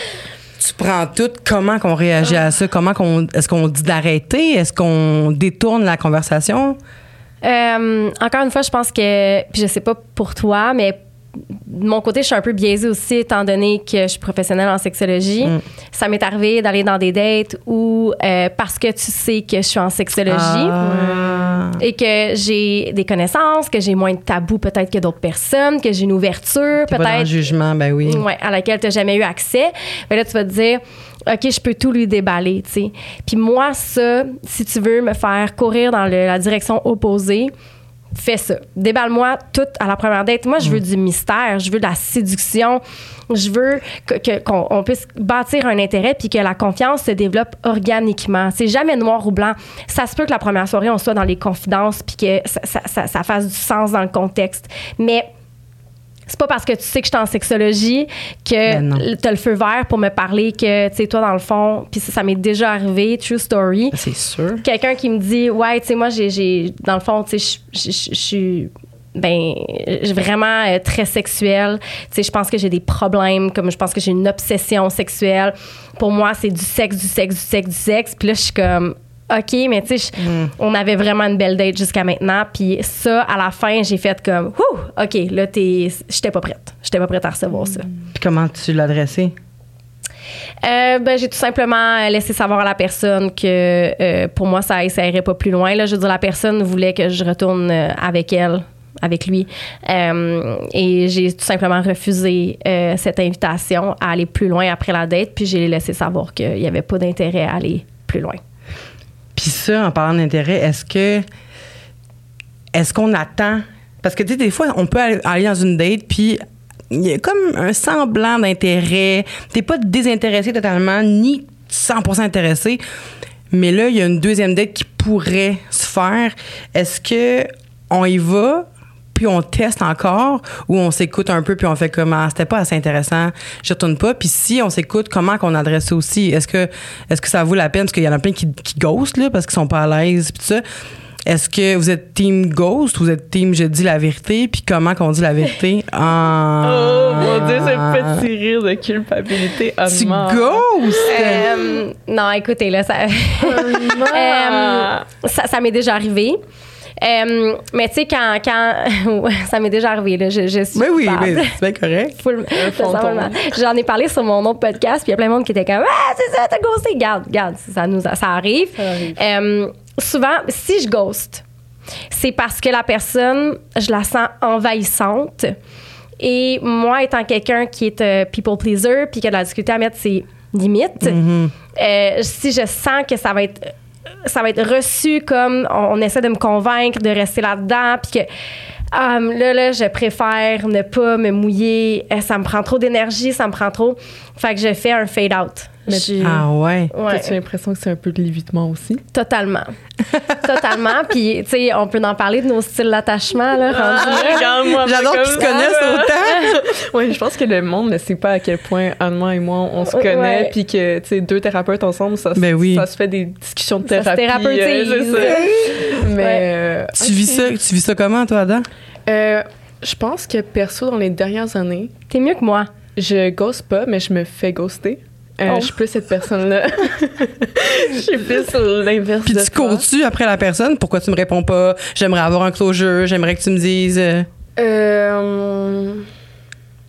Tu prends tout. Comment qu'on réagit à ça? Comment qu'on... Est-ce qu'on dit d'arrêter? Est-ce qu'on détourne la conversation? Euh, encore une fois, je pense que, puis je sais pas pour toi, mais de mon côté, je suis un peu biaisée aussi, étant donné que je suis professionnelle en sexologie. Mm. Ça m'est arrivé d'aller dans des dates où, euh, parce que tu sais que je suis en sexologie Ah. et que j'ai des connaissances, que j'ai moins de tabous peut-être que d'autres personnes, que j'ai une ouverture T'es pas dans le peut-être jugement, ben oui. ouais, à laquelle tu n'as jamais eu accès, ben là, tu vas te dire, OK, je peux tout lui déballer, tu sais. Puis moi, ça, si tu veux me faire courir dans le- la direction opposée, fais ça. Déballe-moi tout à la première date. Moi, je veux du mystère, je veux de la séduction, je veux que, que- qu'on on puisse bâtir un intérêt puis que la confiance se développe organiquement. C'est jamais noir ou blanc. Ça se peut que la première soirée, on soit dans les confidences puis que ça, ça, ça, ça fasse du sens dans le contexte. Mais c'est pas parce que tu sais que je suis en sexologie Ben non. que t'as le feu vert pour me parler que, tu sais, toi, dans le fond, puis ça, ça m'est déjà arrivé, true story. C'est sûr. Quelqu'un qui me dit, ouais, tu sais, moi, j'ai, j'ai, dans le fond, tu sais, je- je je- je suis, ben, je- vraiment euh, très sexuelle. Tu sais, je pense que j'ai des problèmes, comme je pense que j'ai une obsession sexuelle. Pour moi, c'est du sexe, du sexe, du sexe, du sexe. Puis là, je suis comme, OK, mais tu sais, je- Mm. on avait vraiment une belle date jusqu'à maintenant. Puis ça, à la fin, j'ai fait comme, ouh, OK, là, t'es, j'étais pas prête. J'étais pas prête à recevoir ça. Puis comment tu l'as adressé? Euh, ben, j'ai tout simplement laissé savoir à la personne que euh, pour moi, ça irait pas plus loin. Là, je veux dire, la personne voulait que je retourne euh, avec elle, avec lui. Euh, et j'ai tout simplement refusé euh, cette invitation à aller plus loin après la date. Puis j'ai laissé savoir qu'il n'y avait pas d'intérêt à aller plus loin. Puis ça, en parlant d'intérêt, est-ce que... Est-ce qu'on attend... Parce que, tu sais, des fois, on peut aller, aller dans une date, puis il y a comme un semblant d'intérêt. T'es pas désintéressé totalement, ni cent pour cent intéressé. Mais là, il y a une deuxième date qui pourrait se faire. Est-ce que on y va, puis on teste encore, ou on s'écoute un peu, puis on fait comme ah, c'était pas assez intéressant, je retourne pas. Puis si on s'écoute, comment qu'on adresse ça aussi? Est-ce que, est-ce que ça vaut la peine? Parce qu'il y en a plein qui, qui ghostent, là, parce qu'ils sont pas à l'aise, puis tout ça. Est-ce que vous êtes team ghost ou vous êtes team je dis la vérité? Puis comment qu'on dit la vérité? Ah. Oh mon Dieu, ce petit rire de culpabilité. Tu honnêtement. ghostes? Euh, non, écoutez, là, ça, Ah. Euh, ça, ça m'est déjà arrivé. Euh, mais tu sais, quand, quand ça m'est déjà arrivé, là, je, je suis Mais oui, coupable. mais c'est bien correct. Full- fantôme. totalement. J'en ai parlé sur mon autre podcast, puis il y a plein de monde qui était comme ah c'est ça, t'as ghosté, garde, garde, ça nous ça arrive. Ça arrive. Euh, souvent, si je ghost, c'est parce que la personne, je la sens envahissante. Et moi, étant quelqu'un qui est euh, people pleaser, puis qui a de la difficulté à mettre ses limites, euh, si je sens que ça va être ça va être reçu comme on, on essaie de me convaincre de rester là-dedans, puis que ah, là, là, je préfère ne pas me mouiller. Euh, Ça me prend trop d'énergie, ça me prend trop. Fait que je fais un fade-out. Mais- Je- Ah ouais. ouais, T'as-tu l'impression que c'est un peu de l'évitement aussi? totalement. Totalement. Puis, tu sais, on peut en parler de nos styles d'attachement, là, rendus là. regarde-moi. J'adore qu'ils se connaissent autant. Oui, je pense que le monde ne sait pas à quel point Anne-moi et moi, on se Ouais. connaît, puis que, tu sais, deux thérapeutes ensemble, ça, se- Ben oui. ça se fait des discussions de Ça se thérapie. thérapeutise. euh, c'est ça. Mais, Ouais. euh, Tu vis ça, tu vis ça comment, toi, Adam? euh, je pense que, perso, dans les dernières années, T'es mieux que moi. je ghost pas, mais je me fais ghoster. Euh, Oh. Je suis plus cette personne-là. Je suis plus l'inverse Puis de tu toi. cours-tu après la personne? Pourquoi tu me réponds pas? J'aimerais avoir un closure, j'aimerais que tu me dises. euh, Euh,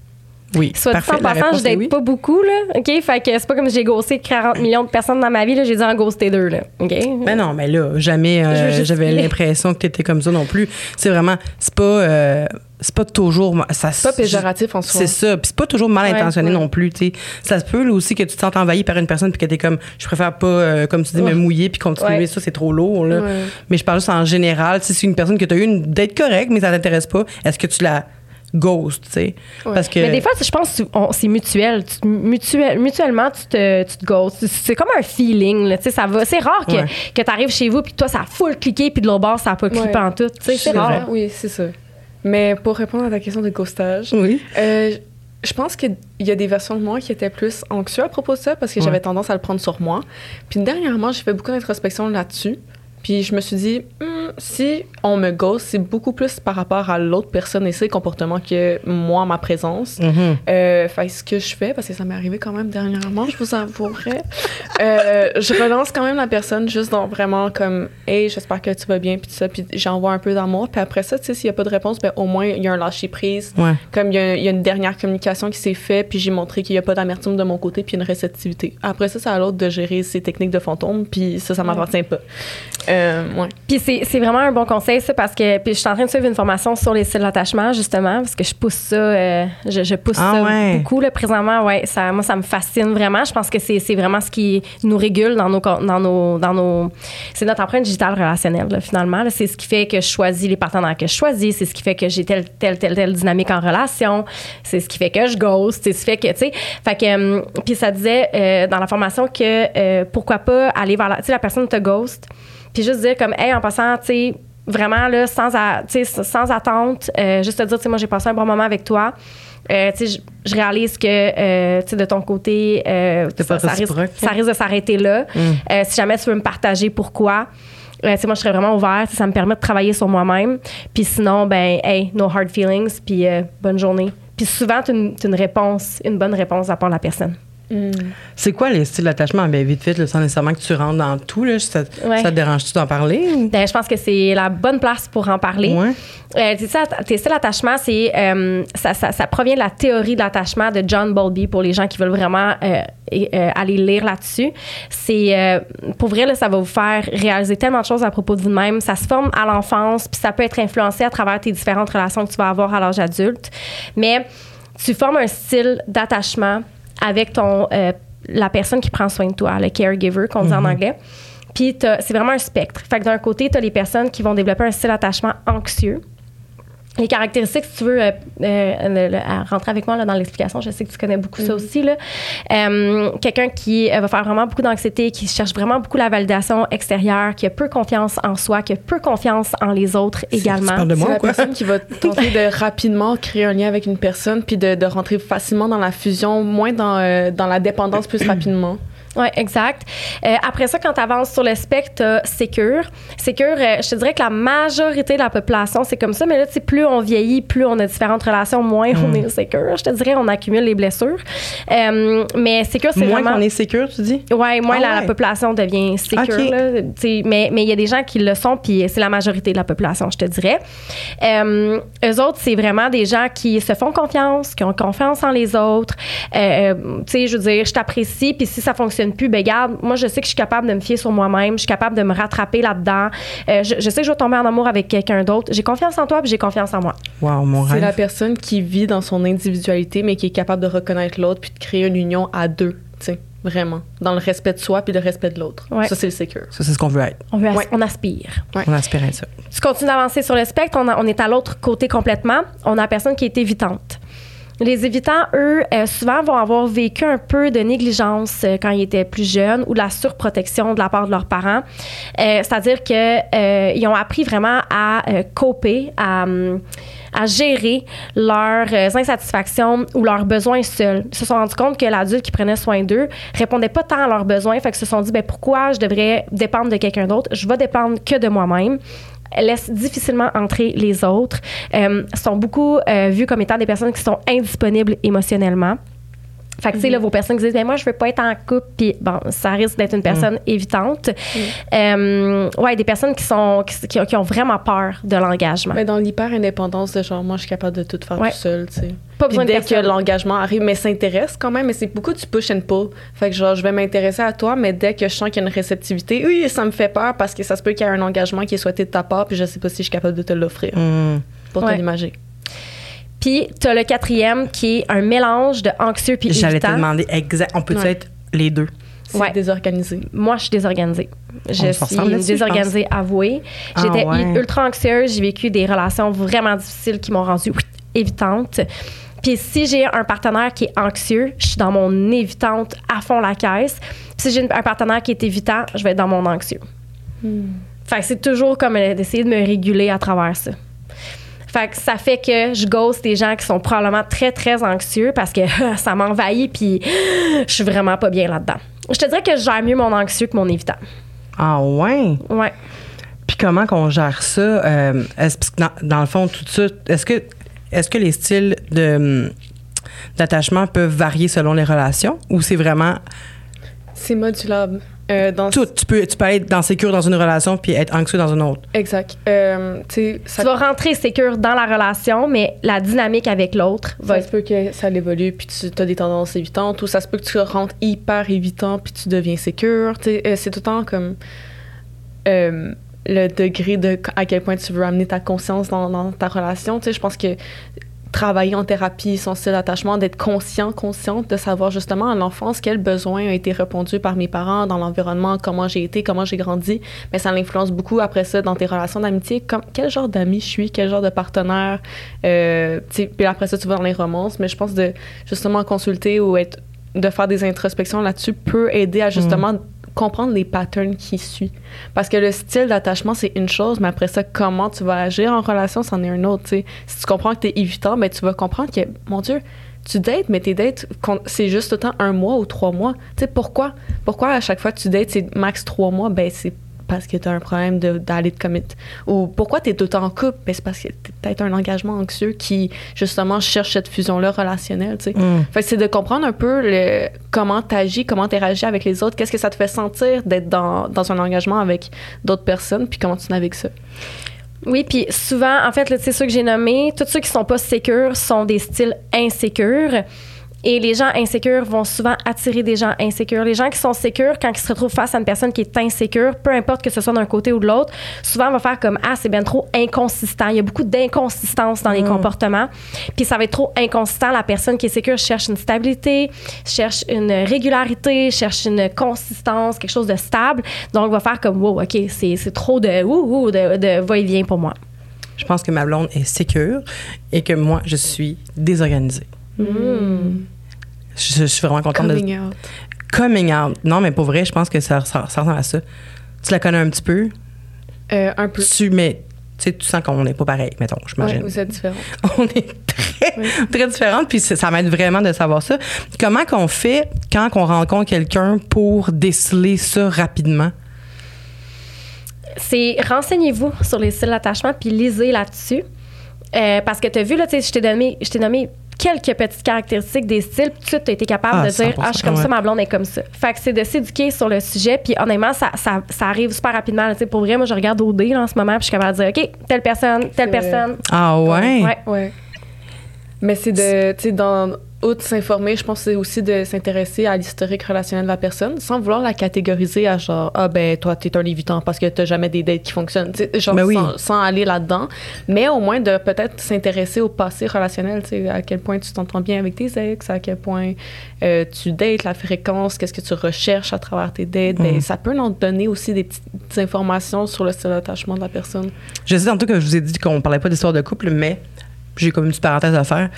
Oui, Soit dit parfait. en La passant, réponse je date est oui. pas beaucoup, là. OK? Fait que c'est pas comme si j'ai ghosté quarante millions de personnes dans ma vie, là. J'ai dit en ghosté deux, là. OK? Ben non, mais là, jamais euh, Je veux juste j'avais expliquer. l'impression que t'étais comme ça non plus. C'est vraiment, c'est pas, euh, c'est pas toujours. Ça, C'est pas péjoratif en soi. C'est ça. Puis c'est pas toujours mal Ouais, intentionné ouais. non plus. Tu sais, ça se peut là, aussi que tu te sentes envahi par une personne puis que t'es comme, je préfère pas, euh, comme tu dis, me Ouais. mouiller puis continuer. Ouais. Ça, c'est trop lourd. Là. Ouais. Mais je parle juste en général. Si c'est une personne que t'as eu une date correcte, mais ça t'intéresse pas, est-ce que tu la ghost, tu sais? Ouais. Parce que. Mais des fois, je pense que on- c'est mutuel. Tu- mutuel. Mutuellement, tu te, tu te ghostes. C'est comme un feeling. Là, tu sais, ça va. C'est rare que, Ouais. que tu arrives chez vous puis que toi, ça a full cliqué puis de l'autre bord, ça a pas cliqué Ouais. en tout. Tu sais, c'est C'est rare. vrai. Oui, c'est ça. Mais pour répondre à ta question de ghostage, Oui. euh, je pense qu'il y a des versions de moi qui étaient plus anxieuses à propos de ça parce que Ouais. j'avais tendance à le prendre sur moi. Puis dernièrement, j'ai fait beaucoup d'introspection là-dessus. Puis je me suis dit, Hmm, si on me ghost, c'est beaucoup plus par rapport à l'autre personne et ses comportements que moi, ma présence. Mhm. Euh, fait ce que je fais, parce que ça m'est arrivé quand même dernièrement, je vous avouerai, euh, je relance quand même la personne juste dans vraiment comme « Hey, j'espère que tu vas bien », puis tout ça, puis j'envoie un peu d'amour. Puis après ça, tu sais, s'il n'y a pas de réponse, ben au moins, il y a un lâcher-prise. Ouais. Comme il y, a, il y a une dernière communication qui s'est faite, puis j'ai montré qu'il n'y a pas d'amertume de mon côté, puis une réceptivité. Après ça, c'est à l'autre de gérer ses techniques de fantôme, puis ça, ça m'appartient pas. Euh, ouais. Puis c'est, c'est vraiment un bon conseil, ça, parce que puis je suis en train de suivre une formation sur les styles d'attachement, justement, parce que je pousse ça, euh, je, je pousse Ah ça ouais. beaucoup, là, présentement. Ouais, ça, moi, ça me fascine vraiment. Je pense que c'est, c'est vraiment ce qui nous régule dans nos, con- dans nos, dans nos, c'est notre empreinte digitale relationnelle, là, finalement. Là. C'est ce qui fait que je choisis les partenaires que je choisis, c'est ce qui fait que j'ai telle, telle, telle, telle dynamique en relation, c'est ce qui fait que je ghost, c'est ce qui fait que, tu sais, fait que, euh, puis ça disait euh, dans la formation que euh, pourquoi pas aller vers la, tu sais, la personne te ghost, puis juste dire comme, hey, en passant, tu sais, vraiment, là, sans, a- tu sais, sans attente, euh, juste te dire, tu sais, moi, j'ai passé un bon moment avec toi. Euh, tu sais, je- je réalise que, euh, tu sais, de ton côté, euh, C'est ça, pas ça risque, réciproque. ça risque de s'arrêter là. Mm. Euh, si jamais tu veux me partager pourquoi, euh, tu sais, moi, je serais vraiment ouverte. Tu sais, ça me permet de travailler sur moi-même. Puis sinon, ben, hey, no hard feelings, puis euh, bonne journée. Puis souvent, tu as une, t'as une réponse, une bonne réponse de la part de la personne. Mm. C'est quoi les styles d'attachement? Ben, vite, vite, là, sans nécessairement que tu rentres dans tout, là. Ça, Ouais. ça te dérange-tu d'en parler? Ou? Ben, je pense que c'est la bonne place pour en parler. Ouais. Euh, tu sais, tes styles d'attachement, c'est, euh, ça, ça, ça provient de la théorie de l'attachement de John Bowlby pour les gens qui veulent vraiment euh, et, euh, aller lire là-dessus. C'est, euh, pour vrai, là, ça va vous faire réaliser tellement de choses à propos de vous-même. Ça se forme à l'enfance, puis ça peut être influencé à travers tes différentes relations que tu vas avoir à l'âge adulte. Mais tu formes un style d'attachement avec ton, euh, la personne qui prend soin de toi, le caregiver, qu'on dit en anglais. Puis t'as- c'est vraiment un spectre. Fait que d'un côté, tu as les personnes qui vont développer un style d'attachement anxieux. Les caractéristiques, si tu veux euh, euh, le- le- à rentrer avec moi là, dans l'explication, je sais que tu connais beaucoup ça aussi. Là. Euh, quelqu'un qui euh, va faire vraiment beaucoup d'anxiété, qui cherche vraiment beaucoup la validation extérieure, qui a peu confiance en soi, qui a peu confiance en les autres également. Tu parles de moi C'est ou la quoi? personne qui va tenter de rapidement créer un lien avec une personne puis de, de rentrer facilement dans la fusion, moins dans, euh, dans la dépendance plus rapidement. Oui, exact. Euh, après ça, quand tu avances sur le spectre, t'as Sécure. Sécure, euh, je te dirais que la majorité de la population, c'est comme ça, mais là, tu sais, plus on vieillit, plus on a différentes relations, moins on est sécure. Je te dirais, on accumule les blessures. Euh, mais Sécure, c'est Moins vraiment... qu'on est sécure, tu dis? Ouais, moins Ah la, la ouais. population devient sécure. Ok. Là, Tu sais, mais mais il y a des gens qui le sont, puis c'est la majorité de la population, je te dirais. Euh, eux autres, c'est vraiment des gens qui se font confiance, qui ont confiance en les autres. Euh, tu sais, je veux dire, je t'apprécie, puis si ça fonctionne plus, ben garde, moi, je sais que je suis capable de me fier sur moi-même, je suis capable de me rattraper là-dedans. Euh, je, je sais que je vais tomber en amour avec quelqu'un d'autre. J'ai confiance en toi, puis j'ai confiance en moi. Wow, mon C'est la rêve. personne qui vit dans son individualité, mais qui est capable de reconnaître l'autre puis de créer une union à deux, tu sais, vraiment, dans le respect de soi puis le respect de l'autre. Ouais. Ça, c'est le secure. Ça, c'est ce qu'on veut être. On, veut as- Ouais. on aspire. Ouais. On aspire à ça. Tu continues d'avancer sur le spectre, on, a- on est à l'autre côté complètement. On a la personne qui est évitante. Les évitants, eux, euh, souvent vont avoir vécu un peu de négligence euh, quand ils étaient plus jeunes ou de la surprotection de la part de leurs parents. Euh, c'est-à-dire qu'ils euh, ont appris vraiment à euh, coper, à, hum, à gérer leurs euh, insatisfactions ou leurs besoins seuls. Ils se sont rendus compte que l'adulte qui prenait soin d'eux répondait pas tant à leurs besoins, fait qu'ils se sont dit, ben pourquoi je devrais dépendre de quelqu'un d'autre? Je vais dépendre que de moi-même. Laissent difficilement entrer les autres, euh, sont beaucoup euh, vus comme étant des personnes qui sont indisponibles émotionnellement. Fait que, tu sais, là, vos personnes qui disent, ben, moi, je veux pas être en couple, puis bon, ça risque d'être une personne mm. évitante. Mm. Euh, ouais, des personnes qui sont, qui, qui, ont, qui ont vraiment peur de l'engagement. Mais dans l'hyper-indépendance, de genre, moi, je suis capable de tout faire ouais. tout seul, tu sais. Pas besoin puis de dès personne. Que l'engagement arrive, mais s'intéresse quand même, mais c'est beaucoup du push and pull. Fait que, genre, je vais m'intéresser à toi, mais dès que je sens qu'il y a une réceptivité, oui, ça me fait peur parce que ça se peut qu'il y ait un engagement qui est souhaité de ta part, puis je sais pas si je suis capable de te l'offrir. Mm. Pour ouais. te l'imager. Puis, tu as le quatrième qui est un mélange de anxieux puis évitant. J'allais te demander exact. On peut-tu ouais. être les deux? C'est ouais. désorganisé. Moi, je suis désorganisée. Je suis une désorganisée avouée. Ah, J'étais ouais. ultra anxieuse. J'ai vécu des relations vraiment difficiles qui m'ont rendue évitante. Puis si j'ai un partenaire qui est anxieux, je suis dans mon évitante à fond la caisse. Puis si j'ai un partenaire qui est évitant, je vais être dans mon anxieux. Hmm. Fait que c'est toujours comme d'essayer de me réguler à travers ça. Fait que ça fait que je ghost des gens qui sont probablement très, très anxieux parce que ça m'envahit puis je suis vraiment pas bien là-dedans. Je te dirais que je gère mieux mon anxieux que mon évitant. Ah ouais? Ouais. Puis comment qu'on gère ça? Euh, est-ce que dans, dans le fond, tout ça, est-ce que, est-ce que les styles de, d'attachement peuvent varier selon les relations ou c'est vraiment... C'est modulable. Euh, dans tout. Tu peux, tu peux être dans sécure dans une relation puis être anxieux dans une autre. Exact. Euh, ça... Tu vas rentrer sécure dans la relation, mais la dynamique avec l'autre va... Ça se peut que ça évolue puis tu as des tendances évitantes ou ça se peut que tu rentres hyper évitant puis tu deviens sécure. Euh, c'est tout le temps comme euh, le degré de à quel point tu veux amener ta conscience dans, dans ta relation. Je pense que travailler en thérapie, son style d'attachement, d'être conscient, consciente, de savoir justement à l'enfance quel besoin a été répondu par mes parents dans l'environnement, comment j'ai été, comment j'ai grandi, mais ça l'influence beaucoup après ça dans tes relations d'amitié, comme quel genre d'ami je suis, quel genre de partenaire, euh, puis après ça tu vas dans les romances, mais je pense de justement consulter ou être, de faire des introspections là-dessus peut aider à justement mmh. comprendre les patterns qui suivent. Parce que le style d'attachement, c'est une chose, mais après ça, comment tu vas agir en relation, c'en est un autre, tu sais. Si tu comprends que t'es évitant, ben tu vas comprendre que, mon Dieu, tu dates, mais tes dates, c'est juste autant un mois ou trois mois. Tu sais, pourquoi? Pourquoi à chaque fois que tu dates, c'est max trois mois? Ben c'est parce que t'as un problème de, d'aller te commit. Ou pourquoi t'es tout le temps en couple? Ben c'est parce que t'as peut-être un engagement anxieux qui, justement, cherche cette fusion-là relationnelle, tu sais. Mm. Fait que c'est de comprendre un peu le, comment t'agis, comment t'interagis avec les autres, qu'est-ce que ça te fait sentir d'être dans, dans un engagement avec d'autres personnes, puis comment tu navigues ça. Oui, puis souvent, en fait, là, tu sais, ceux que j'ai nommés, tous ceux qui sont pas sécures sont des styles insécures. Et les gens insécures vont souvent attirer des gens insécures. Les gens qui sont sécures, quand ils se retrouvent face à une personne qui est insécure, peu importe que ce soit d'un côté ou de l'autre, souvent, on va faire comme « Ah, c'est bien trop inconsistant. » Il y a beaucoup d'inconsistance dans les mmh. comportements. Puis ça va être trop inconsistant. La personne qui est sécure cherche une stabilité, cherche une régularité, cherche une consistance, quelque chose de stable. Donc, on va faire comme « Wow, OK, c'est, c'est trop de, ouh, ouh, de, de va-et-vient pour moi. » Je pense que ma blonde est sécure et que moi, je suis désorganisée. Mmh. Je, je suis vraiment contente Coming de... out. Coming out. Non, mais pour vrai, je pense que ça, ça, ça ressemble à ça. Tu la connais un petit peu? Euh, un peu. Tu, mais tu sais, tu sens qu'on n'est pas pareil, mettons, j'imagine. Oui, vous êtes différentes. On est très, oui. très différentes, puis ça, ça m'aide vraiment de savoir ça. Comment qu'on fait quand on rencontre quelqu'un pour déceler ça rapidement? C'est renseignez-vous sur les styles d'attachement puis lisez là-dessus. Euh, parce que tu as vu, là, tu sais, je t'ai donné, je t'ai nommé quelques petites caractéristiques des styles, puis tout de suite, tu as été capable ah, de dire « Ah, je suis comme ouais. ça, ma blonde est comme ça ». Fait que c'est de s'éduquer sur le sujet, puis honnêtement, ça, ça, ça arrive super rapidement. Là, pour vrai, moi, je regarde O D là, en ce moment, puis je suis capable de dire « OK, telle personne, telle c'est... personne ». Ah ouais? Ouais. ouais. Mais c'est de, tu sais, dans... Outre s'informer, je pense que c'est aussi de s'intéresser à l'historique relationnel de la personne sans vouloir la catégoriser à genre « Ah, ben, toi, t'es un évitant parce que t'as jamais des dates qui fonctionnent. » Genre, ben oui. sans, sans aller là-dedans. Mais au moins de peut-être s'intéresser au passé relationnel, tu sais, à quel point tu t'entends bien avec tes ex, à quel point euh, tu dates, la fréquence, qu'est-ce que tu recherches à travers tes dates. Mm. Ben, ça peut nous donner aussi des petites informations sur le style d'attachement de la personne. Je sais, en tout cas, que je vous ai dit qu'on parlait pas d'histoire de couple, mais j'ai comme une petite parenthèse à faire.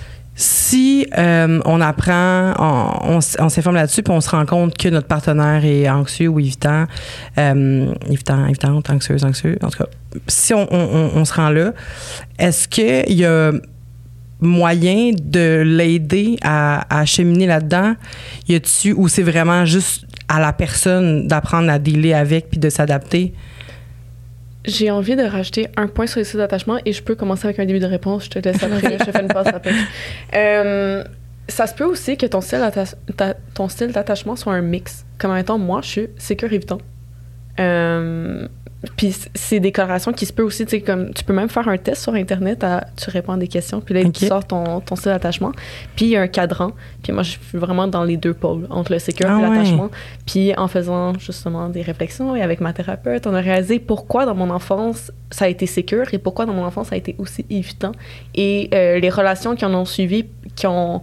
Si euh, on apprend, on, on, on s'informe là-dessus, puis on se rend compte que notre partenaire est anxieux ou évitant, euh, évitant, évitante, anxieuse, anxieux, en tout cas, si on, on, on se rend là, est-ce qu'il y a moyen de l'aider à, à cheminer là-dedans? Y a-tu, ou c'est vraiment juste à la personne d'apprendre à dealer avec puis de s'adapter? J'ai envie de rajouter un point sur les styles d'attachement et je peux commencer avec un début de réponse. Je te laisse après, je te fais une passe après. Euh, ça se peut aussi que ton style, d'atta- ta- ton style d'attachement soit un mix. Comme, mettons, moi, je suis sécure évitant. Euh, Puis c'est des colorations qui se peut aussi, tu sais, comme tu peux même faire un test sur Internet, à, tu réponds à des questions, puis là, okay. tu sors ton, ton style d'attachement. Puis il y a un cadran. Puis moi, je suis vraiment dans les deux pôles, entre le sécure ah, et l'attachement. Ouais. Puis en faisant justement des réflexions et avec ma thérapeute, on a réalisé pourquoi dans mon enfance, ça a été sécure et pourquoi dans mon enfance, ça a été aussi évitant. Et euh, les relations qui en ont suivi, qui ont...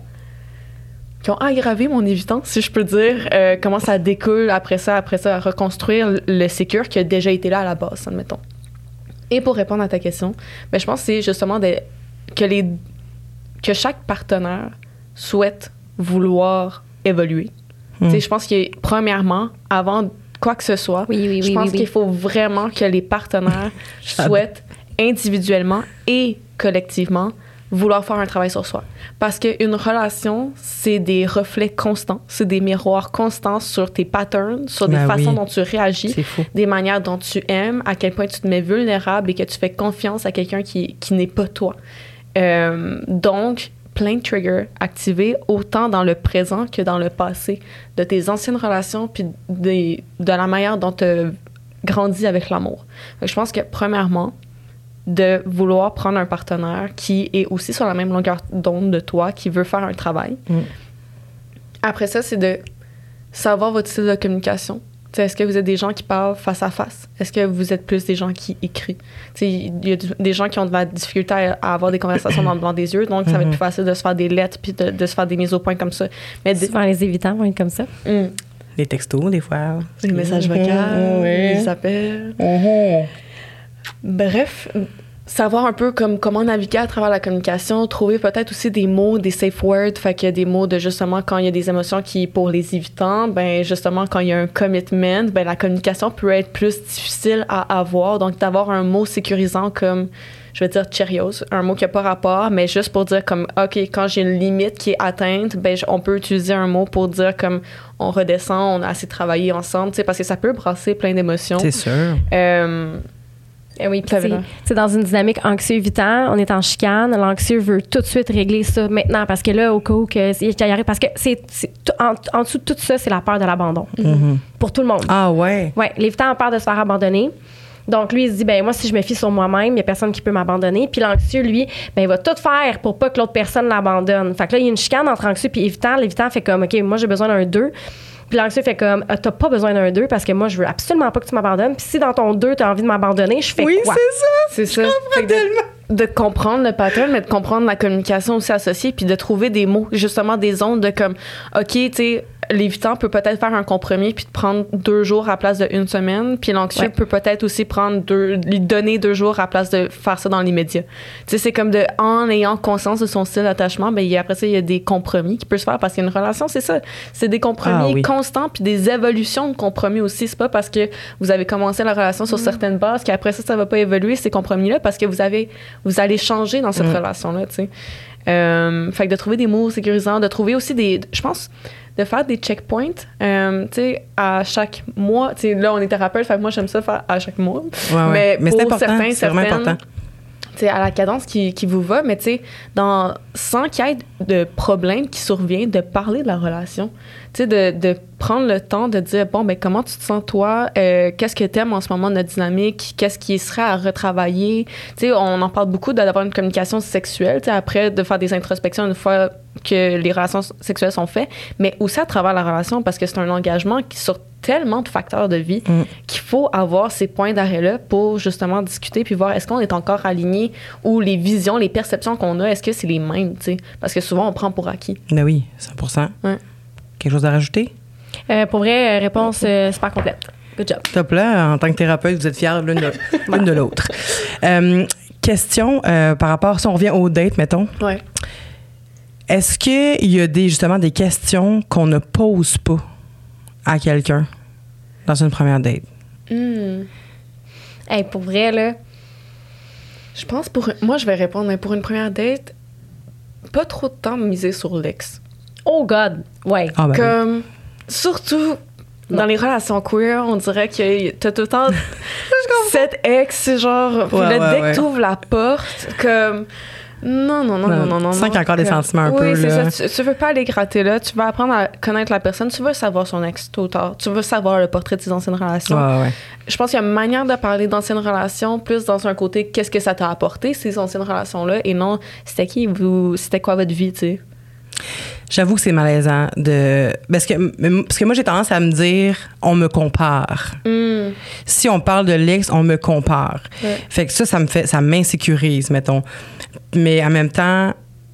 qui ont aggravé mon évitant, si je peux dire, euh, comment ça découle après ça, après ça, à reconstruire le sécure qui a déjà été là à la base, admettons. Et pour répondre à ta question, ben, je pense que c'est justement de, que, les, que chaque partenaire souhaite vouloir évoluer. Mm. Je pense que, premièrement, avant quoi que ce soit, oui, oui, je oui, pense oui, qu'il oui. faut vraiment que les partenaires souhaitent individuellement et collectivement vouloir faire un travail sur soi. Parce qu'une relation, c'est des reflets constants, c'est des miroirs constants sur tes patterns, sur des ben façons oui. dont tu réagis, des manières dont tu aimes, à quel point tu te mets vulnérable et que tu fais confiance à quelqu'un qui, qui n'est pas toi. Euh, donc, plein de triggers activés, autant dans le présent que dans le passé, de tes anciennes relations, puis de, de la manière dont tu as grandi avec l'amour. Donc, je pense que, premièrement, de vouloir prendre un partenaire qui est aussi sur la même longueur d'onde de toi, qui veut faire un travail. Mm. Après ça, c'est de savoir votre style de communication. T'sais, est-ce que vous êtes des gens qui parlent face à face? Est-ce que vous êtes plus des gens qui écrivent? Il y a des gens qui ont de la difficulté à, à avoir des conversations dans, devant des yeux, donc mm-hmm. ça va être plus facile de se faire des lettres puis de, de se faire des mises au point comme ça. Mais souvent, les évitants vont être comme ça. Mm. Les textos, des fois. Les messages vocaux, mm-hmm. les appels. Mm-hmm. Bref, savoir un peu comme comment naviguer à travers la communication, trouver peut-être aussi des mots, des safe words, fait qu'il y a des mots de justement quand il y a des émotions qui, pour les évitants, ben justement quand il y a un commitment, ben la communication peut être plus difficile à avoir, donc d'avoir un mot sécurisant comme, je vais dire Cheerios, un mot qui n'a pas rapport, mais juste pour dire comme, OK, quand j'ai une limite qui est atteinte, ben on peut utiliser un mot pour dire comme, on redescend, on a assez travaillé ensemble, tu sais, parce que ça peut brasser plein d'émotions. C'est sûr. Euh, Eh oui, puis tu sais, dans une dynamique anxieux-évitant, on est en chicane, l'anxieux veut tout de suite régler ça maintenant parce que là, au cas où que y arrive, parce que c'est, c'est en, en dessous de tout ça, c'est la peur de l'abandon mm-hmm. pour tout le monde. Ah ouais. Ouais, l'évitant a peur de se faire abandonner. Donc lui, il se dit ben moi si je me fie sur moi-même, il y a personne qui peut m'abandonner. Puis l'anxieux, lui, ben il va tout faire pour pas que l'autre personne l'abandonne. Fait que là, il y a une chicane entre anxieux puis évitant. L'évitant fait comme OK, moi j'ai besoin d'un deux. Puis l'anxieux fait comme, ah, t'as pas besoin d'un deux parce que moi, je veux absolument pas que tu m'abandonnes. Puis si dans ton deux, t'as envie de m'abandonner, je fais oui, quoi? Oui, c'est ça. C'est ça. Je comprends tellement. De, de comprendre le pattern, mais de comprendre la communication aussi associée, puis de trouver des mots, justement des ondes de comme, OK, tu sais, l'évitant peut peut-être faire un compromis puis de prendre deux jours à la place d'une semaine, puis l'anxieux ouais. peut peut-être aussi prendre deux, lui donner deux jours à la place de faire ça dans l'immédiat. Tu sais, c'est comme de, en ayant conscience de son style d'attachement, ben après ça, il y a des compromis qui peuvent se faire parce qu'une relation, c'est ça. C'est des compromis ah, oui. constants puis des évolutions de compromis aussi. C'est pas parce que vous avez commencé la relation sur mmh. certaines bases qu'après ça, ça va pas évoluer, ces compromis-là, parce que vous avez, vous allez changer dans cette mmh. relation-là, tu sais. Euh, fait que de trouver des mots sécurisants, de trouver aussi des, je pense, de faire des checkpoints, euh, tu sais, à chaque mois. Tu sais, là, on est thérapeute, fait que moi, j'aime ça faire à chaque mois. Ouais, ouais. Mais, mais pour c'est important, certains, c'est vraiment important. Tu sais, à la cadence qui, qui vous va, mais tu sais, dans, sans qu'il y ait de problème qui survient, de parler de la relation. Tu sais, de, de prendre le temps de dire, bon, ben comment tu te sens, toi? Euh, qu'est-ce que t'aimes en ce moment de notre dynamique? Qu'est-ce qui serait à retravailler? Tu sais, on en parle beaucoup d'avoir une communication sexuelle, tu sais, après, de faire des introspections une fois que les relations sexuelles sont faites, mais aussi à travers la relation, parce que c'est un engagement qui sur tellement de facteurs de vie mm. qu'il faut avoir ces points d'arrêt-là pour justement discuter puis voir est-ce qu'on est encore aligné ou les visions, les perceptions qu'on a, est-ce que c'est les mêmes, tu sais? Parce que souvent, on prend pour acquis. Ben oui, cent pour cent. Ouais. Quelque chose à rajouter? Euh, pour vrai, réponse euh, super complète. Good job. Top là, en tant que thérapeute, vous êtes fiers l'une de, l'une de l'autre. Euh, question euh, par rapport, si on revient aux dates, mettons. Ouais. Est-ce qu'il y a des, justement des questions qu'on ne pose pas à quelqu'un dans une première date? Mm. Hey, pour vrai, là... Je pense pour... Moi, je vais répondre, mais pour une première date, pas trop de temps miser sur l'ex. Oh God! Ouais. Ah ben Comme... Oui. Surtout... Dans les relations queer, on dirait que t'as tout le temps cette ex, genre... Puis ouais, là, ouais, dès ouais. que t'ouvres la porte, comme... Non, non, non, non, non, non. Tu sens qu'il y a encore des sentiments un oui, peu, c'est là. ça. Tu, tu veux pas aller gratter là. Tu veux apprendre à connaître la personne. Tu veux savoir son ex tôt ou tard. Tu veux savoir le portrait de ses anciennes relations. Ouais, ouais. Je pense qu'il y a une manière de parler d'anciennes relations, plus dans un côté qu'est-ce que ça t'a apporté, ces anciennes relations-là, et non c'était qui vous, c'était quoi votre vie, tu sais. J'avoue que c'est malaisant de. Parce que, parce que moi, j'ai tendance à me dire, on me compare. Mm. Si on parle de l'ex, on me compare. Ouais. Fait que ça, ça me fait, ça m'insécurise, mettons. Mais en même temps,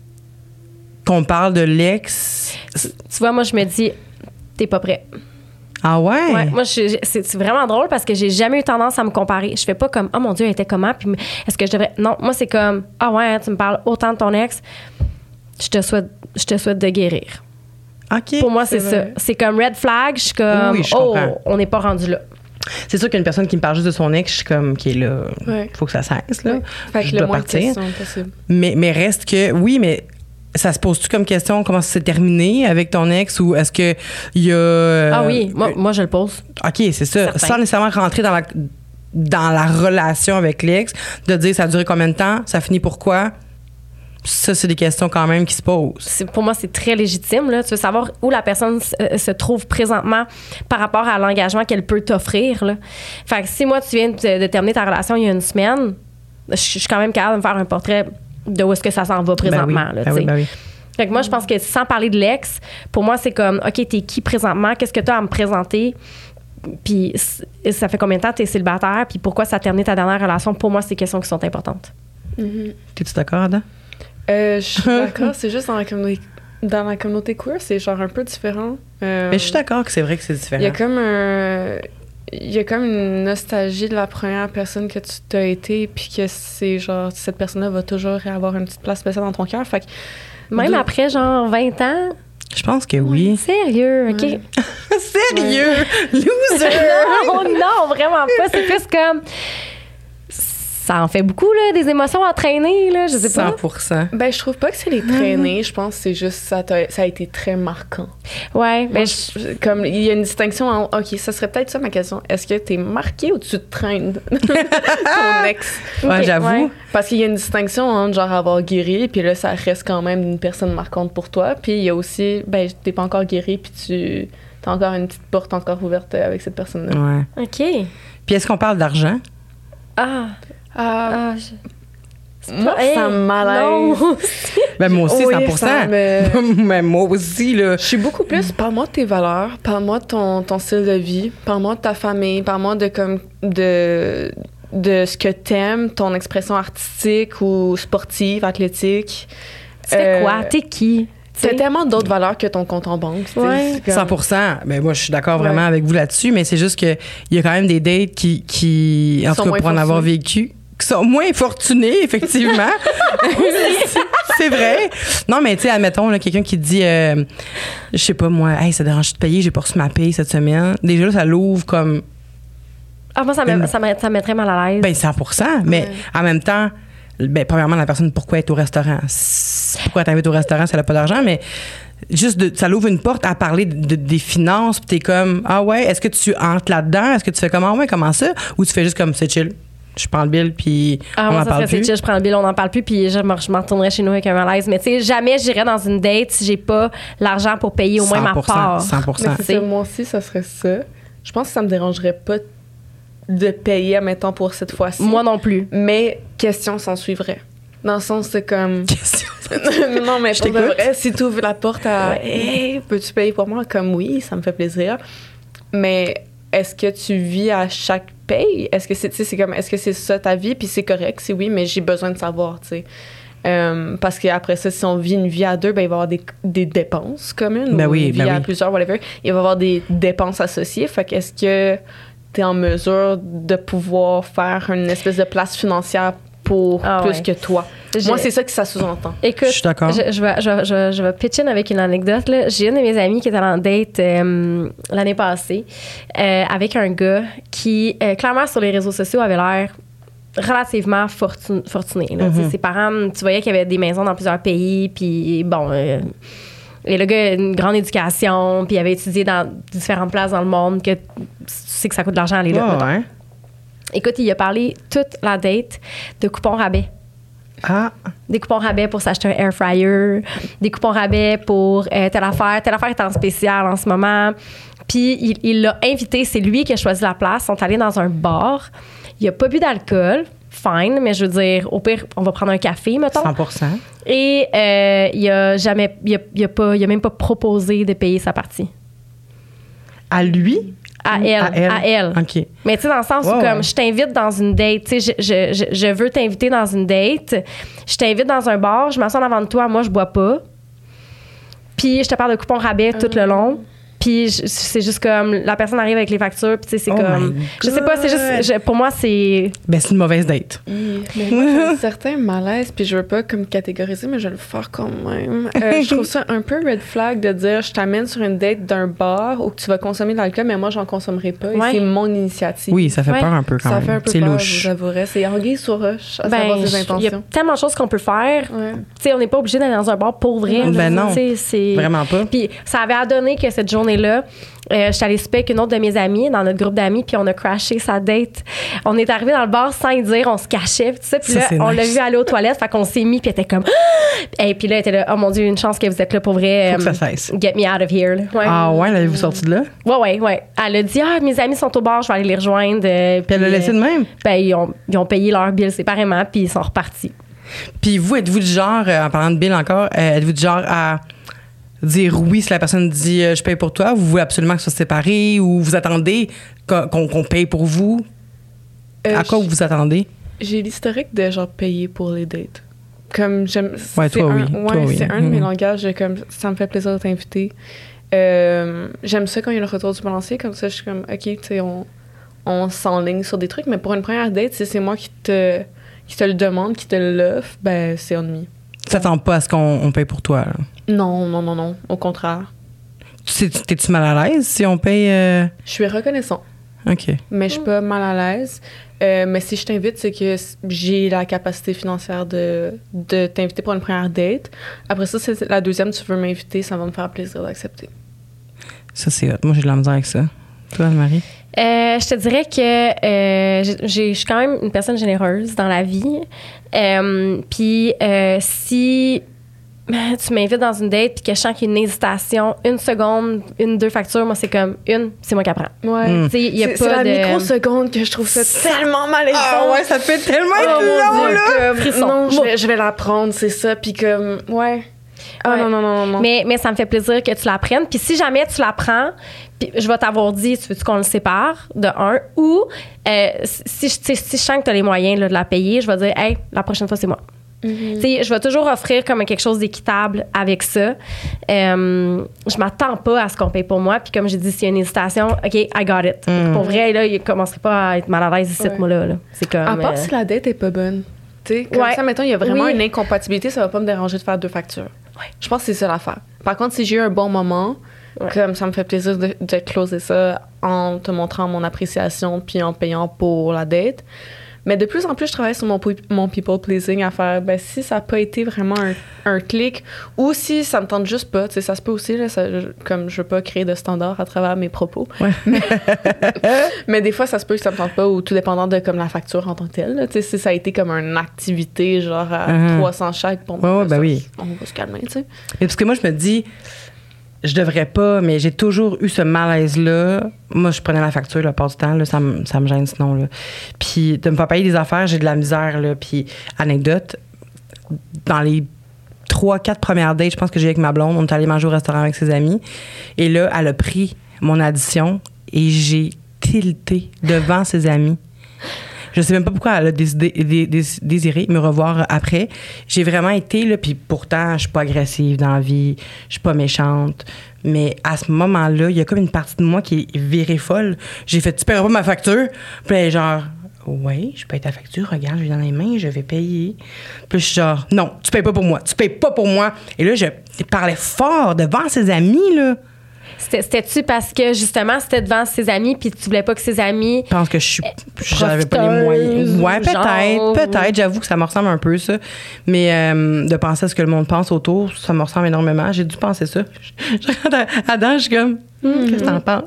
qu'on parle de l'ex. Tu vois, moi, je me dis, t'es pas prêt. Ah ouais? Ouais, moi, je- je- c'est c'est vraiment drôle parce que j'ai jamais eu tendance à me comparer. Je fais pas comme, oh mon Dieu, elle était comment? Puis est-ce que je devrais. Non, moi, c'est comme, ah ouais, tu me parles autant de ton ex. Je te souhaite, je te souhaite de guérir. OK. Pour moi, c'est c'est ça. vrai. C'est comme red flag. Je suis comme, Oui, je oh, comprends. on n'est pas rendu là. C'est sûr qu'une personne qui me parle juste de son ex, je suis comme, OK, là, Ouais. faut que ça cesse, là. Ouais. Fait Je que le dois moins de partir. questions possible. Mais, mais reste que, oui, mais ça se pose-tu comme question, comment ça s'est terminé avec ton ex ou est-ce que il y a. euh, Ah oui, moi, moi, je le pose. OK, c'est ça. Certain. Sans nécessairement rentrer dans la, dans la relation avec l'ex, de dire ça a duré combien de temps, ça finit pourquoi. Ça, c'est des questions quand même qui se posent. C'est- pour moi, c'est très légitime. Là. Tu veux savoir où la personne s- euh, se trouve présentement par rapport à l'engagement qu'elle peut t'offrir. Là. Fait que si moi, tu viens de, de terminer ta relation il y a une semaine, je je suis quand même capable de me faire un portrait de où est-ce que ça s'en va présentement. Ben oui, là, ben tu oui, sais. ben oui. Fait que moi, je pense que sans parler de l'ex, pour moi, c'est comme, OK, t'es qui présentement? Qu'est-ce que tu as à me présenter? Puis c- ça fait combien de temps que t'es célibataire? Puis pourquoi ça a terminé ta dernière relation? Pour moi, c'est des questions qui sont importantes. T'es-tu d'accord, Adam? Euh, je suis d'accord, c'est juste dans la communauté, dans la communauté queer, c'est genre un peu différent. Euh, Mais je suis d'accord que c'est vrai que c'est différent. Il y a comme un. Il y a comme une nostalgie de la première personne que tu t'as été, puis que c'est genre, cette personne-là va toujours avoir une petite place spéciale dans ton cœur. Fait que. Même de- après, genre, vingt ans? Je pense que oui. Sérieux, OK? Ouais. Sérieux? Loser! non, non, vraiment pas. C'est plus comme... Ça en fait beaucoup, là, des émotions entraînées, là, je sais cent pas. pour cent. Ben, je trouve pas que c'est les traîner, je pense que c'est juste ça, t'a- ça a été très marquant. Ouais, Moi, ben, je- je- comme il y a une distinction en OK, ça serait peut-être ça ma question. Est-ce que t'es marqué ou tu te traînes ton ex? Ouais, Ok, j'avoue. ouais. Parce qu'il y a une distinction entre genre avoir guéri, puis là, ça reste quand même une personne marquante pour toi. Puis il y a aussi, ben, t'es pas encore guéri, puis tu t'as encore une petite porte encore ouverte avec cette personne-là. Ouais. OK. Puis est-ce qu'on parle d'argent? Ah, Ah, ah, je- moi, Hey, ça me malaise. non. Ben moi aussi, Oui, cent pour cent. ça me- Mais moi aussi, là. Je suis beaucoup plus, parle-moi de tes valeurs, parle-moi de ton, ton style de vie, parle-moi de ta famille, parle-moi de comme de de ce que t'aimes, ton expression artistique ou sportive, athlétique. Tu fais Euh, quoi? T'es qui? Tu T'as sais? tellement d'autres valeurs que ton compte en banque. tu sais, Ouais. c'est comme- cent pour cent. Ben moi, je suis d'accord vraiment Ouais. avec vous là-dessus, mais c'est juste qu'il y a quand même des dates qui, qui en Sont tout cas, moins pour en avoir fortunés. vécu, qui sont moins fortunés, effectivement. C'est vrai. Non, mais tu sais, admettons, là, quelqu'un qui dit, euh, je sais pas, moi, hey, ça dérange de payer, j'ai pas reçu ma paye cette semaine. Déjà, là, ça l'ouvre comme, Ah, moi, ça me, ça me, ça me mettrait mal à l'aise. ben, cent pour cent. Mais Ouais. en même temps, ben, premièrement, la personne, pourquoi être au restaurant? C'est- Pourquoi elle t'invite au restaurant si elle a pas d'argent? Mais juste, de, ça l'ouvre une porte à parler de, de- des finances, puis t'es comme, ah ouais, est-ce que tu entres là-dedans? Est-ce que tu fais comme, ah ouais, comment ça? Ou tu fais juste comme, c'est chill. Je prends le bill, puis Ah, on moi, en ça parle serait c'est plus. chill, je prends le bill, on n'en parle plus, puis je me, je m'en retournerais chez nous avec un malaise. Mais tu sais, jamais j'irais dans une date si j'ai pas l'argent pour payer au moins ma cent pour cent, part. cent pour cent. Mais c'est ça, moi aussi, ça serait ça. Je pense que ça me dérangerait pas de payer, admettons, pour cette fois-ci. Moi non plus. Mais question s'en suivrait. Dans le sens, c'est comme. Question. non, mais Je pour de t'écoute. vrai, si tu ouvres la porte à Ouais. Hey, peux-tu payer pour moi? Comme oui, ça me fait plaisir. Mais est-ce que tu vis à chaque paye? Est-ce que c'est, tu sais, c'est comme, est-ce que c'est ça ta vie? Puis c'est correct, c'est oui, mais j'ai besoin de savoir, tu sais. Euh, parce qu'après ça, si on vit une vie à deux, ben, il va y avoir des, des dépenses communes. Ben ou oui, une vie ben à oui. plusieurs, whatever. Il va y avoir des dépenses associées. Fait que est-ce que tu es en mesure de pouvoir faire une espèce de place financière pour Ah plus ouais. que toi? J'ai- Moi, c'est ça que ça sous-entend. Écoute, Je suis d'accord. Je, je vais, je, vais- je, vais- je vais pitch in avec une anecdote. Là. J'ai une de mes amies qui était en date euh, l'année passée euh, avec un gars qui, euh, clairement, sur les réseaux sociaux, avait l'air relativement fortun- fortuné. Là. Tu sais, ses parents, tu voyais qu'il y avait des maisons dans plusieurs pays, puis bon... euh, et le gars a une grande éducation, puis il avait étudié dans différentes places dans le monde, que tu sais que ça coûte de l'argent aller là. Ah, mettons. ouais. Écoute, il a parlé toute la date de coupons rabais. Ah. Des coupons rabais pour s'acheter un air fryer, des coupons rabais pour euh, telle affaire. Telle affaire est en spécial en ce moment. Puis il, il l'a invité, c'est lui qui a choisi la place. Ils sont allés dans un bar. Il a pas bu d'alcool. Fine, mais je veux dire, au pire, on va prendre un café, mettons. cent pour cent. Et euh, il a jamais, il a, il a pas, il a même pas proposé de payer sa partie. À lui? À elle, à elle. À elle. OK. Mais tu sais, dans le sens Ouais, où, comme, ouais. je t'invite dans une date, tu sais, je, je, je, je veux t'inviter dans une date, je t'invite dans un bar, je m'assois en avant de toi, moi, je bois pas. Puis, je te parle de coupons rabais tout le long. Puis, je- c'est juste comme, la personne arrive avec les factures, puis tu sais, c'est Oh comme. my Je sais pas, c'est juste, je- pour moi, c'est. Ben, c'est une mauvaise date. Mais moi, j'ai un certain malaise, puis je veux pas comme catégoriser, mais je vais le faire quand même. Euh, je trouve ça un peu red flag de dire je t'amène sur une date d'un bar où tu vas consommer de l'alcool, mais moi, j'en consommerai pas. Et Ouais. c'est mon initiative. Oui, ça fait Ouais. peur un peu quand Ça même. fait un peu c'est peur, louche. je vous avouerai. C'est anguille sur roche, à Ben, savoir ses je- il y a intentions. tellement de choses qu'on peut faire. Ouais. Tu sais, on n'est pas obligé d'aller dans un bar pour vrai. Ben là. non. Tu sais, c'est- Vraiment pas. Puis ça avait donné que cette journée-là, euh, j'étais allée souper avec une autre de mes amies dans notre groupe d'amis, puis on a crashé sa date. On est arrivé dans le bar sans y dire, on se cachait, puis tout ça. Puis Ça, là, c'est on l'a nice. vu aller aux toilettes, fait qu'on s'est mis, puis elle était comme. Et puis là, elle était là, oh mon Dieu, une chance que vous êtes là pour vrai. Faut que euh, ça cesse. Get me out of here. là. Ouais. Ah ouais, l'avez-vous sorti de là? Ouais, ouais, ouais. Elle a dit, ah, mes amis sont au bar, je vais aller les rejoindre. euh, Puis elle l'a puis, laissé euh, de même? Ben, ils ont, ils ont payé leur bill séparément, puis ils sont repartis. Puis vous, êtes-vous du genre, euh, en parlant de Bill encore, euh, êtes-vous du genre à dire oui si la personne dit euh, je paye pour toi, ou vous voulez absolument que ce soit séparé, ou vous attendez qu'on, qu'on- qu'on paye pour vous? Euh, à quoi j- vous attendez? J'ai l'historique de genre payer pour les dates. Comme j'aime. Ouais, c'est toi, un, oui. Ouais, Toi, oui. c'est un de mes Mhm. langages. de Comme ça me fait plaisir de t'inviter. Euh, j'aime ça quand il y a le retour du balancier. Comme ça, je suis comme, OK, tu sais, on, on s'enligne sur des trucs. Mais pour une première date, si c'est moi qui te, qui te le demande, qui te l'offre, ben, c'est ennemi. Tu t'attends pas à ce qu'on on paye pour toi, là. Non, non, non, non. Au contraire. Tu sais, t'es-tu mal à l'aise si on paye? euh, Je suis reconnaissant. OK. Mais je suis pas mal à l'aise. Euh, mais si je t'invite, c'est que s- j'ai la capacité financière de, de t'inviter pour une première date. Après ça, c'est la deuxième, tu veux m'inviter, ça va me faire plaisir d'accepter. Ça, c'est hot. Moi, j'ai de la misère avec ça. Toi, Anne-Marie? Euh, je te dirais que euh, j'ai- j'ai- je suis quand même une personne généreuse dans la vie. Euh, Puis euh, si tu m'invites dans une date puis que je sens qu'il y a une hésitation, une seconde, une, deux factures, moi, c'est comme une, c'est moi qui apprends. Ouais. Mm. Tu sais, il y a C'est pas c'est la de... microseconde que je trouve ça tellement malaisant. Ah ouais, ça fait tellement Oh être mon long, Dieu, là! comme, Frisson. non, je vais, je vais la prendre, c'est ça. Puis comme, ouais. Ah Ouais. non, non, non, non, non. Mais, mais ça me fait plaisir que tu la prennes. Puis si jamais tu la prends, puis je vais t'avoir dit, tu veux-tu qu'on le sépare, de un, ou euh, si, je- tu sais, si je sens que tu as les moyens là, de la payer, je vais dire, hey, la prochaine fois, c'est moi. Mhm. Tu sais, je vais toujours offrir comme quelque chose d'équitable avec ça. Euh, je m'attends pas à ce qu'on paye pour moi. Puis comme j'ai dit, s'il y a une hésitation, OK, I got it. Mm. Pour vrai, là, il commencerait pas à être mal à l'aise ici, Ouais. moi-là. Là. C'est comme... À part euh, si la date est pas bonne. Tu sais, comme Ouais. ça, mettons, il y a vraiment Oui. une incompatibilité, ça va pas me déranger de faire deux factures. Je pense que c'est ça l'affaire. Par contre, si j'ai eu un bon moment, Ouais. comme ça me fait plaisir de, de closer ça en te montrant mon appréciation puis en payant pour la date. Mais de plus en plus, je travaille sur mon, pu- mon people pleasing à faire, ben, si ça n'a pas été vraiment un, un clic ou si ça me tente juste pas, tu sais, ça se peut aussi, là, ça- je- comme je veux pas créer de standards à travers mes propos. Ouais. Mais, mais des fois, ça se peut que ça me tente pas ou tout dépendant de comme la facture en tant que telle. là. Tu sais, si ça a été comme une activité genre à Mhm. trois cents chaque, bon, Ouais, ouais, là, ben ça, oui. on va se calmer, tu sais. Mais parce que moi, je me dis, je devrais pas, mais j'ai toujours eu ce malaise-là. Moi, je prenais la facture la part du temps, là, ça, me, ça me gêne sinon. Là. Puis de me faire payer des affaires, j'ai de la misère. Là. Puis, anecdote, dans les trois, quatre premières dates, je pense que j'ai eu avec ma blonde, on est allé manger au restaurant avec ses amis. Et là, elle a pris mon addition et j'ai tilté devant ses amis. Je sais même pas pourquoi elle a décidé, dé- dé- désiré me revoir après. J'ai vraiment été, là, puis pourtant, je suis pas agressive dans la vie, je suis pas méchante. Mais à ce moment-là, il y a comme une partie de moi qui est virée folle. J'ai fait, tu paieras pas ma facture? Puis elle est genre, oui, je paye ta facture, regarde, je l'ai dans les mains, je vais payer. Puis je suis genre, non, tu payes pas pour moi, tu payes pas pour moi. Et là, je parlais fort devant ses amis, là. C'était- C'était-tu parce que, justement, c'était devant ses amis puis tu voulais pas que ses amis... Je pense que je suis j'avais pas les moyens. profiteuse, Ouais, peut-être, genre. peut-être. J'avoue que ça me ressemble un peu, ça. Mais euh, de penser à ce que le monde pense autour, ça me ressemble énormément. J'ai dû penser ça. Je je regarde Adam, je suis comme, Hum, qu'est-ce que t'en penses?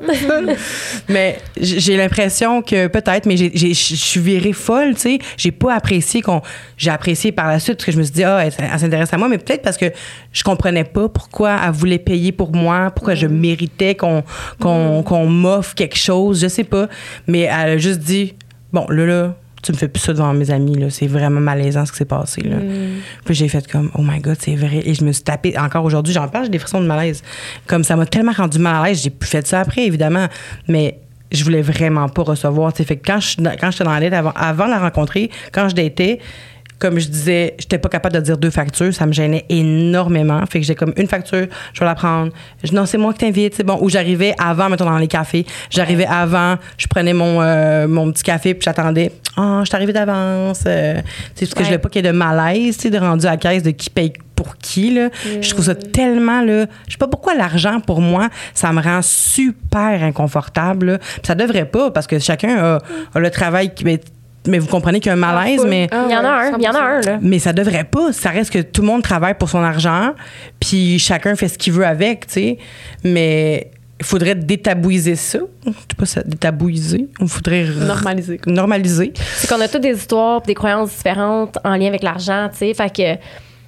Mais j'ai l'impression que peut-être, mais j'ai, j'ai, je suis virée folle, tu sais. J'ai pas apprécié qu'on. J'ai apprécié par la suite parce que je me suis dit, ah, elle, elle s'intéresse à moi, mais peut-être parce que je comprenais pas pourquoi elle voulait payer pour moi, pourquoi mm. je méritais qu'on, qu'on, mm. qu'on m'offre quelque chose, je sais pas. Mais elle a juste dit, bon, là, là, tu me fais plus ça devant mes amis, là. C'est vraiment malaisant ce qui s'est passé, là. Mm. Puis j'ai fait comme, oh my God, c'est vrai. Et je me suis tapée, encore aujourd'hui, j'en parle, j'ai des frissons de malaise. Comme ça m'a tellement rendu mal à l'aise, j'ai plus fait ça après, évidemment. Mais je voulais vraiment pas recevoir, tu sais. Fait que quand, je, quand j'étais dans la date, avant, avant de la rencontrer, quand je datais, comme je disais, j'étais pas capable de dire deux factures, ça me gênait énormément. Fait que j'ai comme une facture, je vais la prendre. Je, non, c'est moi qui t'invite, c'est bon. Ou j'arrivais avant, mettons, dans les cafés. J'arrivais avant, je prenais mon, euh, mon petit café, puis j'attendais. Ah, oh, je suis arrivée d'avance. Euh, tu sais, parce que ouais. je voulais pas qu'il y ait de malaise, tu sais, de rendu à la caisse de qui paye pour qui, là. Mmh. Je trouve ça tellement, là. Je sais pas pourquoi l'argent, pour moi, ça me rend super inconfortable, là. Puis ça devrait pas, parce que chacun a, a le travail qui. Ben, mais vous comprenez qu'il y a un malaise, ah, mais... Ah, il y en a un, il y en a un, là. Mais ça devrait pas. Ça reste que tout le monde travaille pour son argent, puis chacun fait ce qu'il veut avec, tu sais. Mais il faudrait détabouiser ça. Je sais pas ça, détabouiser. Il faudrait... Normaliser. Normaliser. C'est qu'on a toutes des histoires des croyances différentes en lien avec l'argent, tu sais. Fait que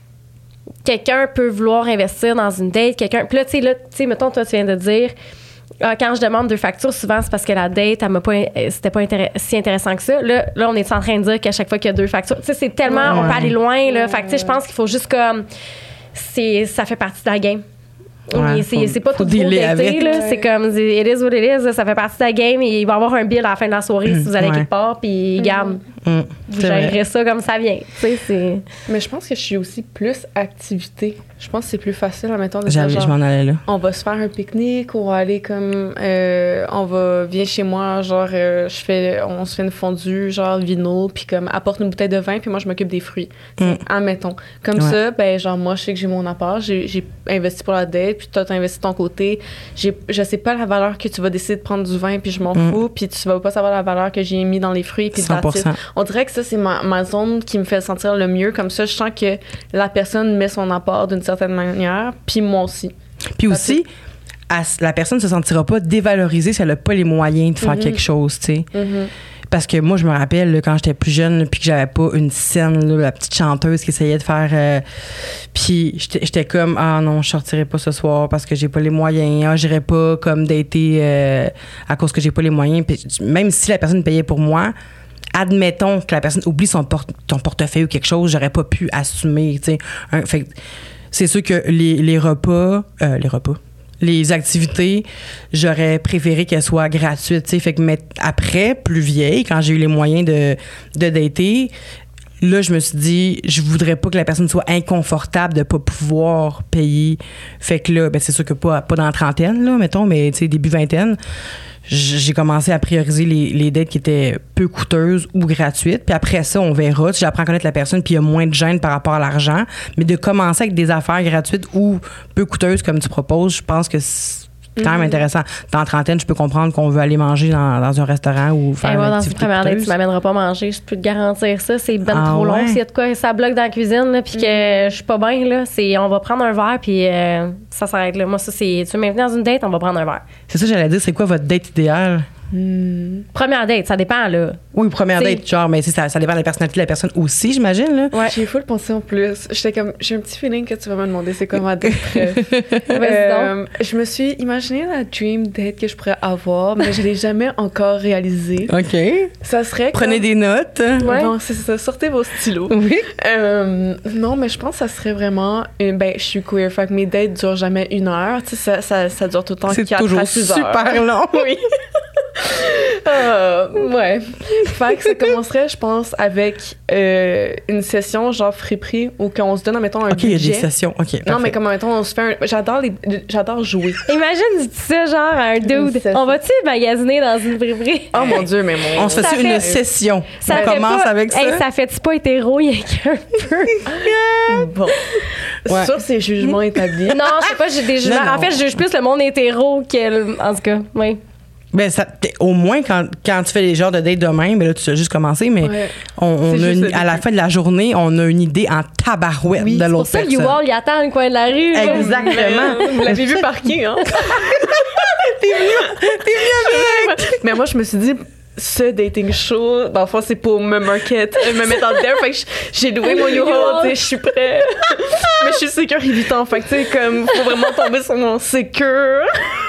quelqu'un peut vouloir investir dans une date, quelqu'un... Puis là, tu sais, là, tu sais, mettons, toi, tu viens de dire... Ah, quand je demande deux factures, souvent, c'est parce que la date, elle m'a pas, c'était pas intéress- si intéressant que ça. Là, là, on est en train de dire qu'à chaque fois qu'il y a deux factures, tu sais, c'est tellement, ouais. on peut aller loin, là. Fait que, tu sais, je pense qu'il faut juste comme, c'est, ça fait partie de la game. Ouais, c'est, faut, c'est pas tout beau d'été, là. Ouais. C'est comme, it is what it is, là. Ça fait partie de la game et il va y avoir un bill à la fin de la soirée mmh, si vous allez ouais. quelque part, puis garde, mmh, vous gérerez ça comme ça vient. Tu sais, c'est... Mais je pense que je suis aussi plus activité. Je pense que c'est plus facile, admettons, de faire genre, je m'en allais là. On va se faire un pique-nique, on va aller comme, euh, on va, viens chez moi, genre, euh, je fais, on se fait une fondue, genre, vino, puis comme, apporte une bouteille de vin, puis moi, je m'occupe des fruits. Mm. Admettons. Comme ouais. ça, ben, genre, moi, je sais que j'ai mon apport, j'ai, j'ai investi pour la dette, puis toi, t'as investi de ton côté. J'ai, je sais pas la valeur que tu vas décider de prendre du vin, puis je m'en mm. fous, puis tu vas pas savoir la valeur que j'ai mis dans les fruits, puis cent pour cent. On dirait que ça, c'est ma, ma zone qui me fait sentir le mieux. Comme ça, je sens que la personne met son apport d'une certaine manière, puis moi aussi. Puis aussi, à, la personne ne se sentira pas dévalorisée si elle n'a pas les moyens de faire mm-hmm. quelque chose, tu sais. Mm-hmm. Parce que moi, je me rappelle, là, quand j'étais plus jeune, puis que j'avais pas une scène, là, la petite chanteuse qui essayait de faire... Euh, puis j'étais, j'étais comme, ah non, je sortirai pas ce soir parce que j'ai pas les moyens. Ah, j'irai pas comme dater euh, à cause que j'ai pas les moyens. Puis même si la personne payait pour moi, admettons que la personne oublie son, porte, ton portefeuille ou quelque chose, j'aurais pas pu assumer, tu sais. Fait c'est sûr que les, les repas, euh, les repas, les activités, j'aurais préféré qu'elles soient gratuites, tu sais. Fait que mais après, plus vieille, quand j'ai eu les moyens de, de dater, là, je me suis dit, je voudrais pas que la personne soit inconfortable de pas pouvoir payer. Fait que là, ben c'est sûr que pas, pas dans la trentaine, là, mettons, mais tu sais, début vingtaine, j'ai commencé à prioriser les, les dates qui étaient peu coûteuses ou gratuites. Puis après ça, on verra. Si j'apprends à connaître la personne, puis il y a moins de gêne par rapport à l'argent. Mais de commencer avec des affaires gratuites ou peu coûteuses, comme tu proposes, je pense que c'est quand même intéressant. Dans la trentaine, je peux comprendre qu'on veut aller manger dans, dans un restaurant ou faire hey, une moi, activité dans une première date, tu m'amèneras pas manger. Je peux te garantir ça. C'est ben ah, trop long. Ouais. S'il y a de quoi, ça bloque dans la cuisine, là, puis mm. que je suis pas bien, là, c'est on va prendre un verre, puis euh, ça s'arrête là. Moi, ça, c'est... Tu veux m'inviter dans une date, on va prendre un verre. C'est ça que j'allais dire. C'est quoi votre date idéale? Hmm. Première date, ça dépend, là. Oui, première T'sais, date, genre, mais ça, ça dépend de la personnalité de la personne aussi, j'imagine, là. Ouais. J'ai full pensé en plus. J'étais comme, j'ai un petit feeling que tu vas me demander c'est quoi ma date euh, je me suis imaginé la dream date que je pourrais avoir, mais je l'ai jamais encore réalisée. OK. Ça serait Prenez comme... des notes. Ouais. Bon, c'est ça. Sortez vos stylos. Oui. Euh, non, mais je pense que ça serait vraiment... Une... Ben, je suis queer, fait que mes dates durent jamais une heure. Tu sais, ça, ça, ça dure tout le temps quatre à six heures. C'est toujours super long. Oui. euh, ouais. Fait que ça commencerait, je pense, avec euh, une session genre friperie où qu'on se donne, mettons, un OK, budget. OK, il y a des sessions. OK, parfait. Non, mais comme, mettons, on se fait un... J'adore, les... J'adore jouer. Imagine, tu dis ça, genre, à un dude. On va-tu magasiner dans une friperie? Oh mon Dieu, mais mon... On se fait une session. Ça on commence pas... avec ça. Hey, ça fait-tu pas hétéro, il y a qu'un peu? Bon. Ouais. Sur ces jugements établis. Non, je sais pas, j'ai des jugements. En fait, je juge plus le monde hétéro que... Le... En tout cas, oui. Ben ça, au moins quand, quand tu fais les genres de dates de même, ben là tu as juste commencé, mais ouais. on, on a une, à la fin de la journée, on a une idée en tabarouette oui, de l'autre personne. C'est pour ça que U-Wall, il attend le coin de la rue. Exactement. Vous l'avez vu parquer, hein? T'es venu, t'es venu avec. Mais moi, je me suis dit, ce dating show, dans le fond, c'est pour me market, me mettre en there. Fait que j'ai loué mon U-Haul, tu sais, je suis prêt. Mais je suis sécure évitant. Fait que, tu sais, comme, faut vraiment tomber sur mon sécure.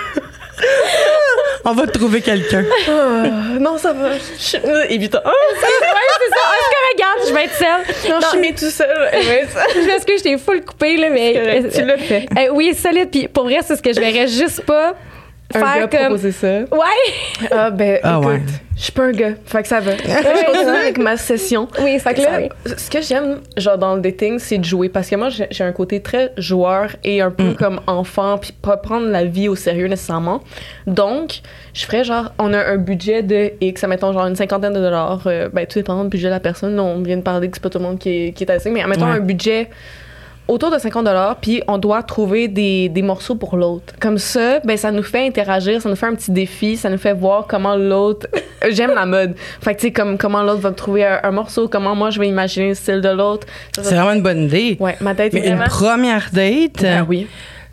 On va te trouver quelqu'un. Oh, non, ça va. Je suis évitant. Oh, Ouais, c'est ça. Est-ce que regarde, je vais être seule. non, je suis mis tout seul. Ouais, ça- Je m'excuse, je t'ai full coupé, là, mais. correct, tu l'as fait. Euh, oui, solide. Puis pour vrai, c'est ce que je verrais juste pas Un faire gars comme. proposer ça. Ouais! Ah, ben, Ah, écoute, ouais. je suis pas un gars. Fait que ça va. Je continue avec ma session. Oui, Fait que là, ce que j'aime, genre, dans le dating, c'est de jouer. Parce que moi, j'ai j'ai un côté très joueur et un peu Mm. comme enfant, puis pas prendre la vie au sérieux nécessairement. Donc, je ferais genre, on a un budget de X, mettons genre une cinquantaine de dollars. Euh, ben, tout dépend du budget de la personne. Là, on vient de parler que c'est pas tout le monde qui est, qui est assez, mais mettons Ouais. un budget autour de cinquante dollars, puis on doit trouver des, des morceaux pour l'autre. Comme ça, ben ça nous fait interagir, ça nous fait un petit défi, ça nous fait voir comment l'autre... J'aime la mode. Fait que tu sais, comme, comment l'autre va me trouver un, un morceau, comment moi je vais imaginer le style de l'autre. Ça, ça- C'est vraiment une bonne idée. Ouais, ma tête Mais est une vraiment... première date. Ah oui.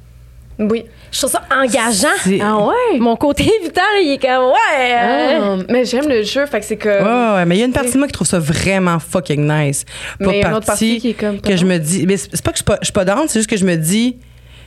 Oui. Je trouve ça engageant. c'est- Ah ouais? Mon côté évitant, il est comme, ouais! euh, Ah, mais j'aime le jeu, fait que c'est que... Ouais, ouais, ouais, mais il y a une partie de moi qui trouve ça vraiment fucking nice. Pas Mais il y a une autre partie qui est comme... que je me dis, mais c'est c'est pas que je suis pas, je suis pas down, c'est juste que je me dis,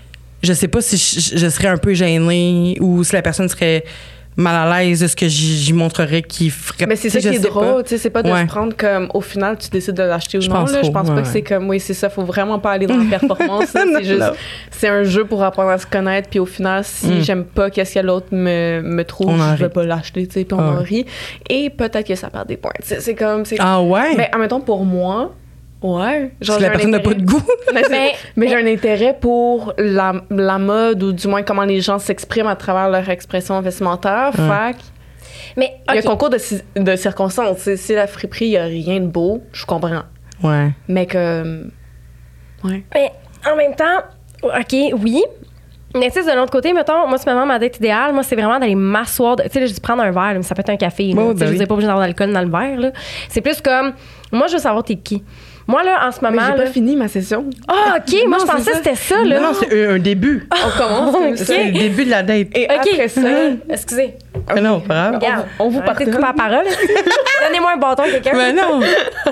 je sais pas si je, je serais un peu gênée ou si la personne serait mal à l'aise de ce que j'y j'y montrerais qui ferait. Mais c'est ça tu sais, qui je est sais drôle, pas. tu sais, c'est pas de Ouais. se prendre comme au final tu décides de l'acheter ou Je non. pense Là. Je trop, pense ouais, pas que ouais. c'est comme oui, c'est ça, faut vraiment pas aller dans la performance. là. Non, c'est juste non. c'est un jeu pour apprendre à se connaître, puis au final, si Mm. j'aime pas qu'est-ce que l'autre me, me trouve, On en je vais rit. pas l'acheter, tu sais, puis on Ah en ouais. rit. Et peut-être que ça perd des points. C'est c'est comme c'est Ah ouais? mais admettons pour moi, ouais, genre si la j'ai un personne n'a pas intérêt- de goût. mais, c'est- Mais- mais j'ai un intérêt pour la, la mode ou du moins comment les gens s'expriment à travers leur expression vestimentaire. Ouais. Fait que Mais, il y a ok. concours de, ci- de circonstances. Si, si la friperie, il n'y a rien de beau, je comprends. Ouais. Mais que. Ouais. Mais en même temps, OK, oui. Mais tu sais, de l'autre côté, mettons, moi, c'est vraiment ma date idéale. Moi, c'est vraiment d'aller m'asseoir. de- Tu sais, là, je dis prendre un verre, là, mais ça peut être un café. là. Ouais, Tu sais, ben je oui. dis pas obligé d'avoir d'alcool dans le verre. Là. C'est plus comme, moi, je veux savoir t'es qui. Moi, là, en ce Mais moment. j'ai là- pas fini ma session. Ah, OK, moi, Non, je pensais c'est que ça. c'était ça, là. Non, non, c'est un, un début. On commence comme ça. C'est le début de la date. Et OK. après ça, Excusez. Mais non, pas grave. Regarde. on vous Arrêtez de pardonne. couper la parole. Donnez-moi un bâton, quelqu'un. Mais non.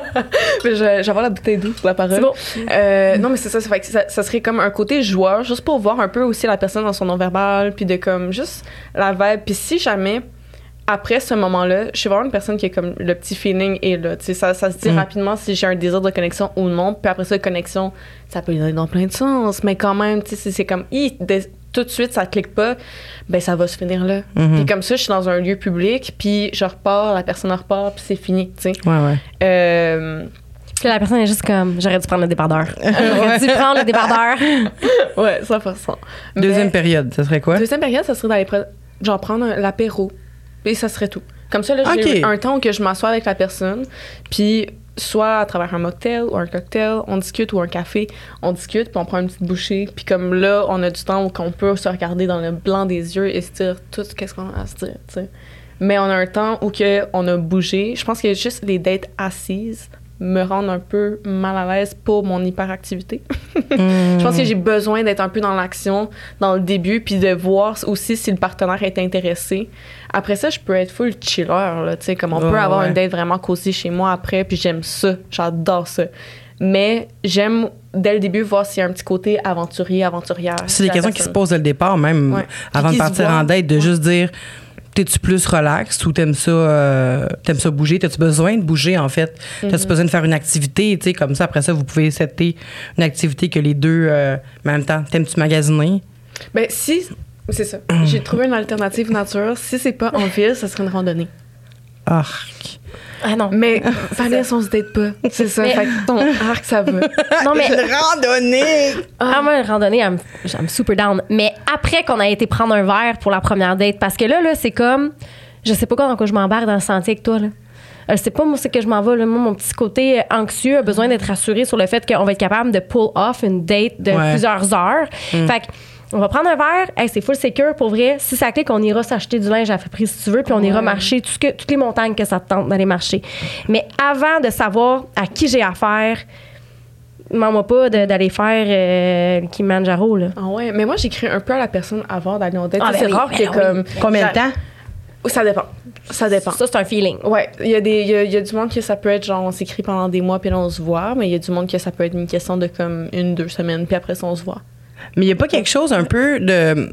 je- j'avais la bouteille d'eau pour la parole. C'est bon. Euh, non, mais c'est ça, ça, fait que ça. Ça serait comme un côté joueur, juste pour voir un peu aussi la personne dans son non-verbal, puis de comme juste la vibe. Puis si jamais, après ce moment-là, je suis vraiment une personne qui a comme le petit feeling et là, tu sais, ça, ça se dit Mm. rapidement si j'ai un désir de connexion ou non. Puis après ça, connexion, ça peut y aller dans plein de sens, mais quand même, tu sais, c'est- c'est comme, hi, de- tout de suite, ça clique pas, ben ça va se finir là. Mhm. Puis comme ça, je suis dans un lieu public, puis je repars, la personne repart, puis c'est fini, tu sais. Ouais, ouais. Euh, Puis là, la personne est juste comme, j'aurais dû prendre le débardeur. J'aurais dû prendre le débardeur. ouais, ça fait ça. Deuxième Mais- période, ça serait quoi? Deuxième période, ça serait d'aller pre- genre prendre un- l'apéro. Et ça serait tout. Comme ça, là, j'ai Ok. un temps où que je m'assois avec la personne, puis soit à travers un mocktail ou un cocktail, on discute, ou un café, on discute, puis on prend une petite bouchée, puis comme là, on a du temps où on peut se regarder dans le blanc des yeux et se dire tout ce qu'est-ce qu'on a à se dire, tu sais. Mais on a un temps où que on a bougé. Je pense que juste les dates assises me rendent un peu mal à l'aise pour mon hyperactivité. Je pense que j'ai besoin d'être un peu dans l'action dans le début, puis de voir aussi si le partenaire est intéressé. Après ça, je peux être full chiller, là, tu sais, comme on Oh, peut avoir ouais. une date vraiment cosy chez moi après, puis j'aime ça, j'adore ça. Mais j'aime, dès le début, voir s'il y a un petit côté aventurier, aventurière. C'est des chez la questions qui se personne. posent dès le départ, même Ouais. avant Puis de qui se partir voient. en date, de Ouais. juste dire t'es-tu plus relax ou t'aimes ça, euh, t'aimes ça bouger? T'as-tu besoin de bouger, en fait? T'as-tu Mhm. besoin de faire une activité? Tu sais, comme ça, après ça, vous pouvez setter une activité que les deux, euh, mais en même temps, t'aimes-tu magasiner? Ben, si, c'est ça. J'ai trouvé une alternative nature. Si c'est pas en ville, ça serait une randonnée. Arc. Ah non. Mais Vanessa, on se date pas. C'est ça. Mais- Fait que ton arc, ça va. Non, mais. Une randonnée! Ah, moi, une randonnée, elle me- j'aime super down. Mais après qu'on a été prendre un verre pour la première date, parce que là, là, c'est comme. Je sais pas quoi dans quoi je m'embarque dans le sentier avec toi, là. Euh, c'est pas moi, c'est que je m'en vais. Là. Moi, mon petit côté anxieux a besoin d'être rassuré sur le fait qu'on va être capable de pull off une date de Ouais. plusieurs heures. Fait que, on va prendre un verre. Hey, c'est full secure pour vrai. Si ça clique, on ira s'acheter du linge à Friperie si tu veux, puis on ira Ouais. marcher tout ce que, toutes les montagnes que ça te tente d'aller marcher. Mais avant de savoir à qui j'ai affaire, demande-moi pas de, d'aller faire euh, le Kilimanjaro, là. Ah ouais, mais moi, j'écris un peu à la personne avant d'aller en date. Ah, c'est ben rare oui, que ben comme... oui. Combien de temps? Ça dépend. Ça dépend. Ça, c'est un feeling. Ouais, il y a des il y a, il y a du monde que ça peut être genre on s'écrit pendant des mois puis là on se voit, mais il y a du monde que ça peut être une question de comme une deux semaines puis après ça on se voit. Mais il n'y a pas quelque chose un peu de.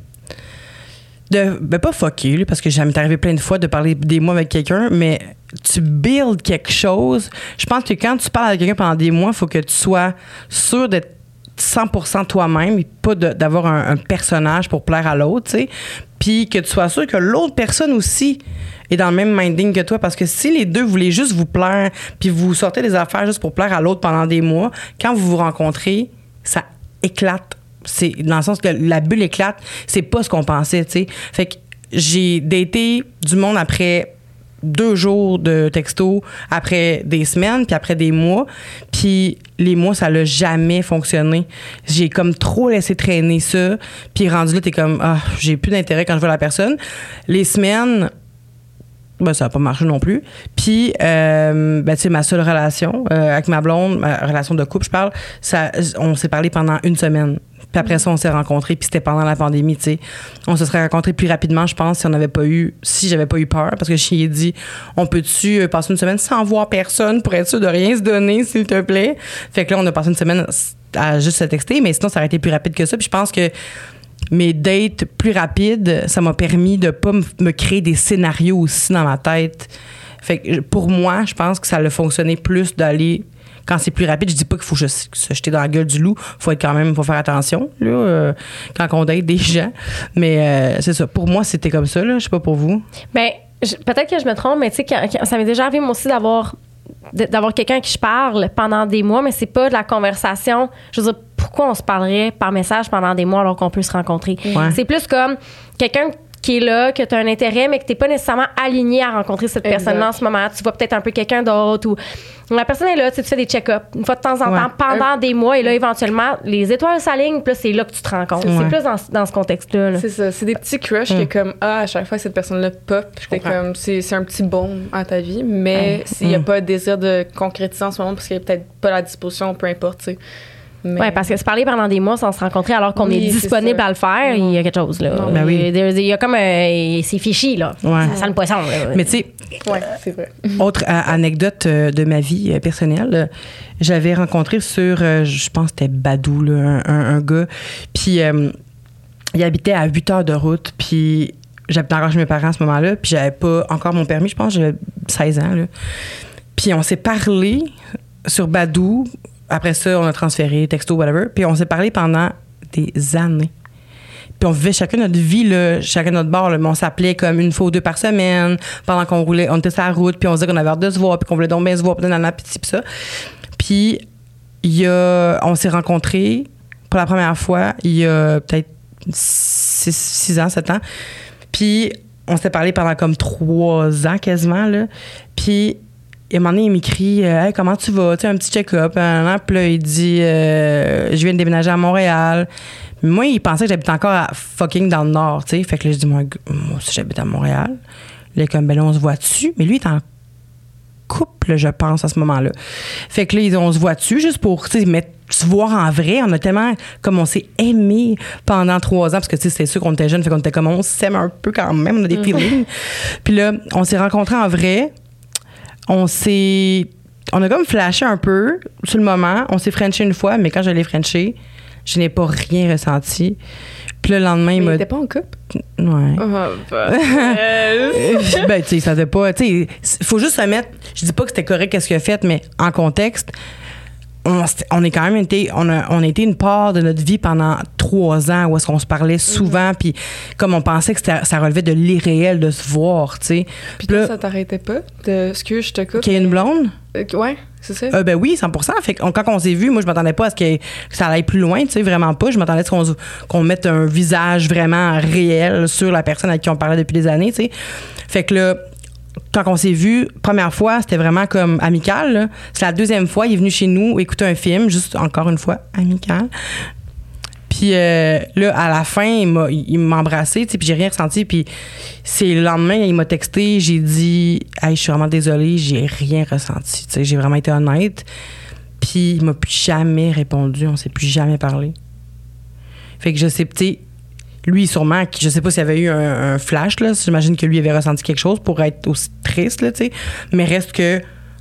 de ben, pas fucké, là, parce que ça m'est arrivé plein de fois de parler des mois avec quelqu'un, mais tu builds quelque chose. Je pense que quand tu parles avec quelqu'un pendant des mois, il faut que tu sois sûr d'être cent pour cent toi-même et pas de, d'avoir un, un personnage pour plaire à l'autre, tu sais. Puis que tu sois sûr que l'autre personne aussi est dans le même minding que toi. Parce que si les deux voulaient juste vous plaire puis vous sortez des affaires juste pour plaire à l'autre pendant des mois, quand vous vous rencontrez, ça éclate. C'est dans le sens que la bulle éclate. C'est pas ce qu'on pensait, tu sais. Fait que j'ai daté du monde après deux jours de texto, après des semaines, puis après des mois. Puis les mois, ça l'a jamais fonctionné. J'ai comme trop laissé traîner ça. Puis rendu là, t'es comme, ah, j'ai plus d'intérêt quand je vois la personne. Les semaines, ben, ça n'a pas marché non plus. Puis, euh, ben, tu sais, ma seule relation euh, avec ma blonde, ma relation de couple, je parle, ça, on s'est parlé pendant une semaine. Puis après ça, on s'est rencontrés, puis c'était pendant la pandémie, tu sais. On se serait rencontrés plus rapidement, je pense, si on n'avait pas eu, si j'avais pas eu peur, parce que je lui ai dit, on peut-tu passer une semaine sans voir personne pour être sûr de rien se donner, s'il te plaît? Fait que là, on a passé une semaine à juste se texter, mais sinon, ça aurait été plus rapide que ça. Puis je pense que mes dates plus rapides, ça m'a permis de pas me créer des scénarios aussi dans ma tête. Fait que pour moi, je pense que ça a fonctionné plus d'aller quand c'est plus rapide. Je dis pas qu'il faut juste se jeter dans la gueule du loup. Faut être quand même, faut faire attention là, euh, quand on date des gens. Mais euh, c'est ça. Pour moi, c'était comme ça. Là. Je sais pas pour vous. Ben, je, peut-être que je me trompe, mais tu sais, quand- quand- ça m'est déjà arrivé moi aussi d'avoir de- d'avoir quelqu'un à qui je parle pendant des mois, mais c'est pas de la conversation. Je veux dire, pourquoi on se parlerait par message pendant des mois alors qu'on peut se rencontrer? Ouais. C'est plus comme quelqu'un qui est là, que tu as un intérêt, mais que tu n'es pas nécessairement aligné à rencontrer cette Exact. personne-là en ce moment. Tu vois peut-être un peu quelqu'un d'autre ou la personne est là, tu sais, tu fais des check-ups une fois de temps en Ouais. temps pendant des mois et là, éventuellement, les étoiles s'alignent, puis là, c'est là que tu te rencontres. Ouais. C'est plus dans, ce- dans ce contexte-là. là. C'est ça, c'est des petits crushs Mm. que comme ah à chaque fois que cette personne-là pop, c'est comprends. comme c'est c'est un petit baume à ta vie, mais s'il y a Mm. pas de désir de concrétiser en ce moment parce qu'il y a peut-être pas la disposition, peu importe, tu sais. Mais- Oui, parce que se parler pendant des mois sans se rencontrer alors qu'on Oui, est c'est disponible ça. à le faire, il y a quelque chose. Là. Non, ben oui. il, y a, il y a comme un. C'est fichi, là. Ouais. Ça sent le poisson. Là. Mais tu sais, ouais, c'est vrai. autre euh, anecdote euh, de ma vie euh, personnelle, euh, j'avais rencontré sur, euh, je pense que c'était Badou, là, un, un- un gars, puis euh, il habitait à huit heures de route, puis j'habitais encore chez mes parents à ce moment-là, puis j'avais pas encore mon permis, je pense, j'avais seize ans, là. Puis on s'est parlé sur Badou. Après ça, on a transféré, texto, whatever. Puis on s'est parlé pendant des années. Puis on vivait chacun notre vie, là, chacun notre bord. Là, mais on s'appelait comme une fois ou deux par semaine pendant qu'on roulait. On était sur la route, puis on disait qu'on avait hâte de se voir, puis qu'on voulait donc bien se voir, puis nanana, puis ci, puis ça. Puis il y a, on s'est rencontrés pour la première fois il y a peut-être six, six ans, sept ans. Puis on s'est parlé pendant comme trois ans quasiment, là. Puis et à un moment donné, il m'écrit euh, Hey, comment tu vas? Tu sais, un petit check-up. Un an, puis là, il dit euh, Je viens de déménager à Montréal. Moi, il pensait que j'habitais encore à fucking dans le Nord, tu sais. Fait que là, je dis Moi, moi aussi, j'habite à Montréal. Là, il est comme Ben là, on se voit dessus. Mais lui, il est en couple, je pense, à ce moment-là. Fait que là, on se voit dessus juste pour, tu sais, mettre se voir en vrai. On a tellement, comme on s'est aimé pendant trois ans, parce que, tu sais, c'est sûr qu'on était jeunes, fait qu'on était comme, on s'aime un peu quand même, on a des feelings. Puis là, on s'est rencontrés en vrai. On s'est... On a comme flashé un peu sur le moment. On s'est frenché une fois, mais quand je l'ai frenché, je n'ai pas rien ressenti. Puis le lendemain, il Mais m'a... t'es pas en couple? Ouais. Ah, bah. ben, tu sais, ça fait pas... Tu sais, il faut juste se mettre... Je dis pas que c'était correct qu'est-ce qu'il a fait, mais en contexte, on, on est quand même été... On a, on a été une part de notre vie pendant trois ans où est-ce qu'on se parlait souvent, puis comme on pensait que c'était- ça relevait de l'irréel de se voir, tu sais. Puis Puis toi, là, ça t'arrêtait pas? De... Excuse, je te coupe. qu'il y ait une blonde... Euh, ouais, c'est ça. Euh, ben oui, cent pour cent. Fait que, on- quand on s'est vu, moi, je m'attendais pas à ce que, que ça allait plus loin, tu sais, vraiment pas. Je m'attendais à ce qu'on, se- qu'on mette un visage vraiment réel sur la personne avec qui on parlait depuis des années, tu sais. Fait que là, quand on s'est vu, première fois, c'était vraiment comme amical, là. C'est la deuxième fois, il est venu chez nous écouter un film, juste encore une fois, amical. Puis euh, là, à la fin, il m'a, il m'a embrassé, tu sais, puis j'ai rien ressenti. Puis c'est le lendemain, il m'a texté, j'ai dit « Hey, je suis vraiment désolée, j'ai rien ressenti. » Tu sais, j'ai vraiment été honnête. Puis Puis il m'a plus jamais répondu, on s'est plus jamais parlé. Fait que je sais, tu sais, lui, sûrement, je sais pas s'il y avait eu un, un flash, là. J'imagine que lui avait ressenti quelque chose pour être aussi triste, là, tu sais. Mais reste que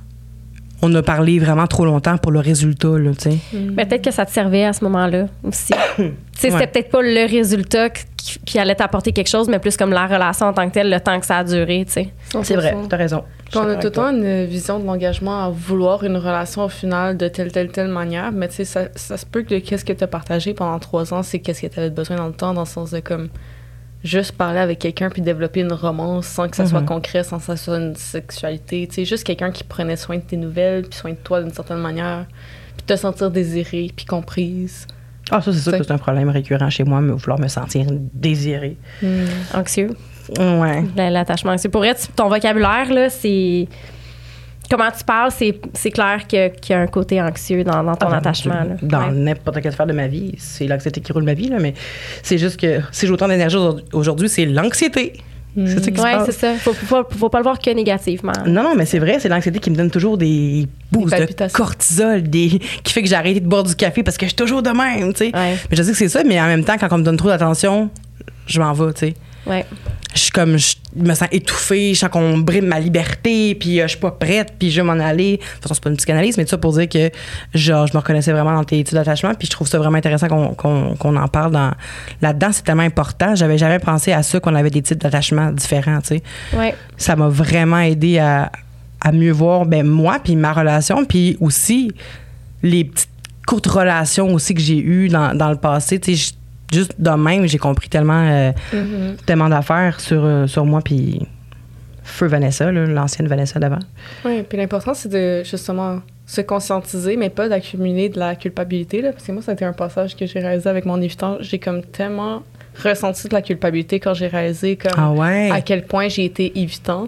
on a parlé vraiment trop longtemps pour le résultat, là, tu sais. Mais peut-être que ça te servait à ce moment-là aussi. Tu sais, c'était Ouais. peut-être pas le résultat qui, qui allait t'apporter quelque chose, mais plus comme la relation en tant que telle, le temps que ça a duré, tu sais. C'est vrai, t'as raison. Puis on a tout le temps une vision de l'engagement à vouloir une relation au final de telle, telle, telle manière, mais tu sais, ça, ça se peut que qu'est-ce que tu as partagé pendant trois ans, c'est qu'est-ce que tu avais besoin dans le temps, dans le sens de comme juste parler avec quelqu'un puis développer une romance sans que ça soit Mhm. concret, sans que ça soit une sexualité. Tu sais, juste quelqu'un qui prenait soin de tes nouvelles puis soin de toi d'une certaine manière, puis te sentir désirée puis comprise. Ah, ça, c'est sûr C'est- que c'est un problème récurrent chez moi, mais vouloir me sentir désirée. Anxieux. Ouais. L- L'attachement anxieux. Pour être ton vocabulaire, là, c'est. Comment tu parles, c'est, c'est clair que- qu'il y a un côté anxieux dans, dans ton Ah, attachement. Là. Dans Ouais. n'importe quelle sphère de ma vie, c'est l'anxiété qui roule ma vie, là, mais c'est juste que si j'ai autant d'énergie aujourd'hui- aujourd'hui, c'est l'anxiété. C'est ça qui se Ouais, passe. c'est ça. Faut, faut, faut pas le voir que négativement. Non, non, mais c'est vrai, c'est l'anxiété qui me donne toujours des boosts de palpitations. cortisol, des... qui fait que j'ai arrêté de boire du café parce que je suis toujours de même, tu sais. Ouais. Mais je sais que c'est ça, mais en même temps, quand on me donne trop d'attention, je m'en vais, tu sais. Ouais. Je suis comme, je me sens étouffée, je sens qu'on brime ma liberté, puis euh, je suis pas prête, puis je veux m'en aller. De toute façon, c'est pas une psychanalyse, mais tout ça pour dire que genre, je me reconnaissais vraiment dans tes études d'attachement, puis je trouve ça vraiment intéressant qu'on, qu'on, qu'on en parle dans, là-dedans. C'est tellement important. J'avais jamais pensé à ça, qu'on avait des types d'attachement différents, tu sais. Ouais. Ça m'a vraiment aidé à, à mieux voir, ben, moi, puis ma relation, puis aussi les petites courtes relations aussi que j'ai eues dans, dans le passé, tu sais. Juste de même, j'ai compris tellement, euh, Mm-hmm. tellement d'affaires sur, euh, sur moi, puis feu Vanessa, là, l'ancienne Vanessa d'avant. Oui, puis l'important, c'est de justement se conscientiser, mais pas d'accumuler de la culpabilité, là, parce que moi, ça a été un passage que j'ai réalisé avec mon évitant. J'ai comme tellement ressenti de la culpabilité quand j'ai réalisé comme Ah ouais? à quel point j'ai été évitant.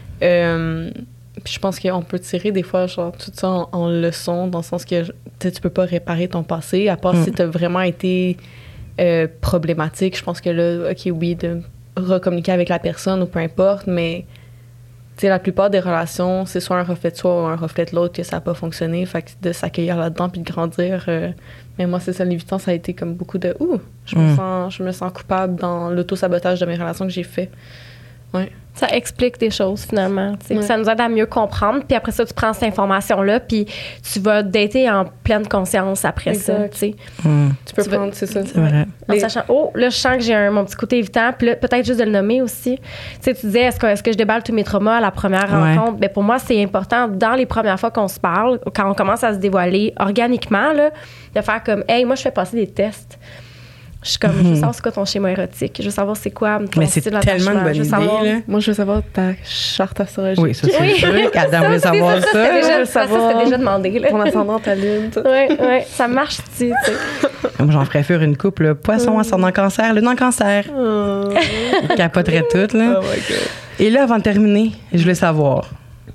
Euh, puis je pense qu'on peut tirer des fois genre tout ça en, en leçon, dans le sens que tu sais, tu peux pas réparer ton passé, à part Mm. si tu as vraiment été euh, problématique. Je pense que là, OK, oui, de recommuniquer avec la personne ou peu importe, mais tu sais, la plupart des relations, c'est soit un reflet de soi ou un reflet de l'autre que ça n'a pas fonctionné. Fait que de s'accueillir là-dedans puis de grandir. euh, mais moi, c'est ça, l'évitant, ça a été comme beaucoup de ouh, je, me Mm. sens, je me sens coupable dans l'auto-sabotage de mes relations que j'ai fait. Ouais. Ça explique des choses, finalement. tu sais. Ouais. Ça nous aide à mieux comprendre. Puis après ça, tu prends cette information-là, puis tu vas dater en pleine conscience après ça. Exact. tu sais. Hum, Tu peux Tu veux- prendre, c'est ça. c'est vrai. En Les- sachant, oh, là, je sens que j'ai un, mon petit côté évitant. Puis là, peut-être juste de le nommer aussi. Tu sais, tu disais, est-ce que, est-ce que je déballe tous mes traumas à la première Ouais. rencontre? Ben, pour moi, c'est important, dans les premières fois qu'on se parle, quand on commence à se dévoiler organiquement, là, de faire comme, hey, moi, je fais passer des tests. Je suis comme, je veux savoir c'est quoi ton schéma érotique. Je veux savoir c'est quoi ton Mais c'est style tellement une d'attachement. bonne Je veux idée, savoir- là. Moi, je veux savoir ta charte astrologique. Oui, ça, c'est Oui. sûr qu'Adam voulait Ça, savoir ça, ça. c'était déjà, Je veux ça, ça, savoir c'était déjà demandé. Là. Ton ascendant, ta lune, tout. Ouais, ouais, ça marche, tu sais. Moi, j'en ferais faire une couple, là. Poisson, ascendant cancer, lune en cancer. Oh. Il capoterait tout, là. Oh my God. Et là, avant de terminer, je voulais savoir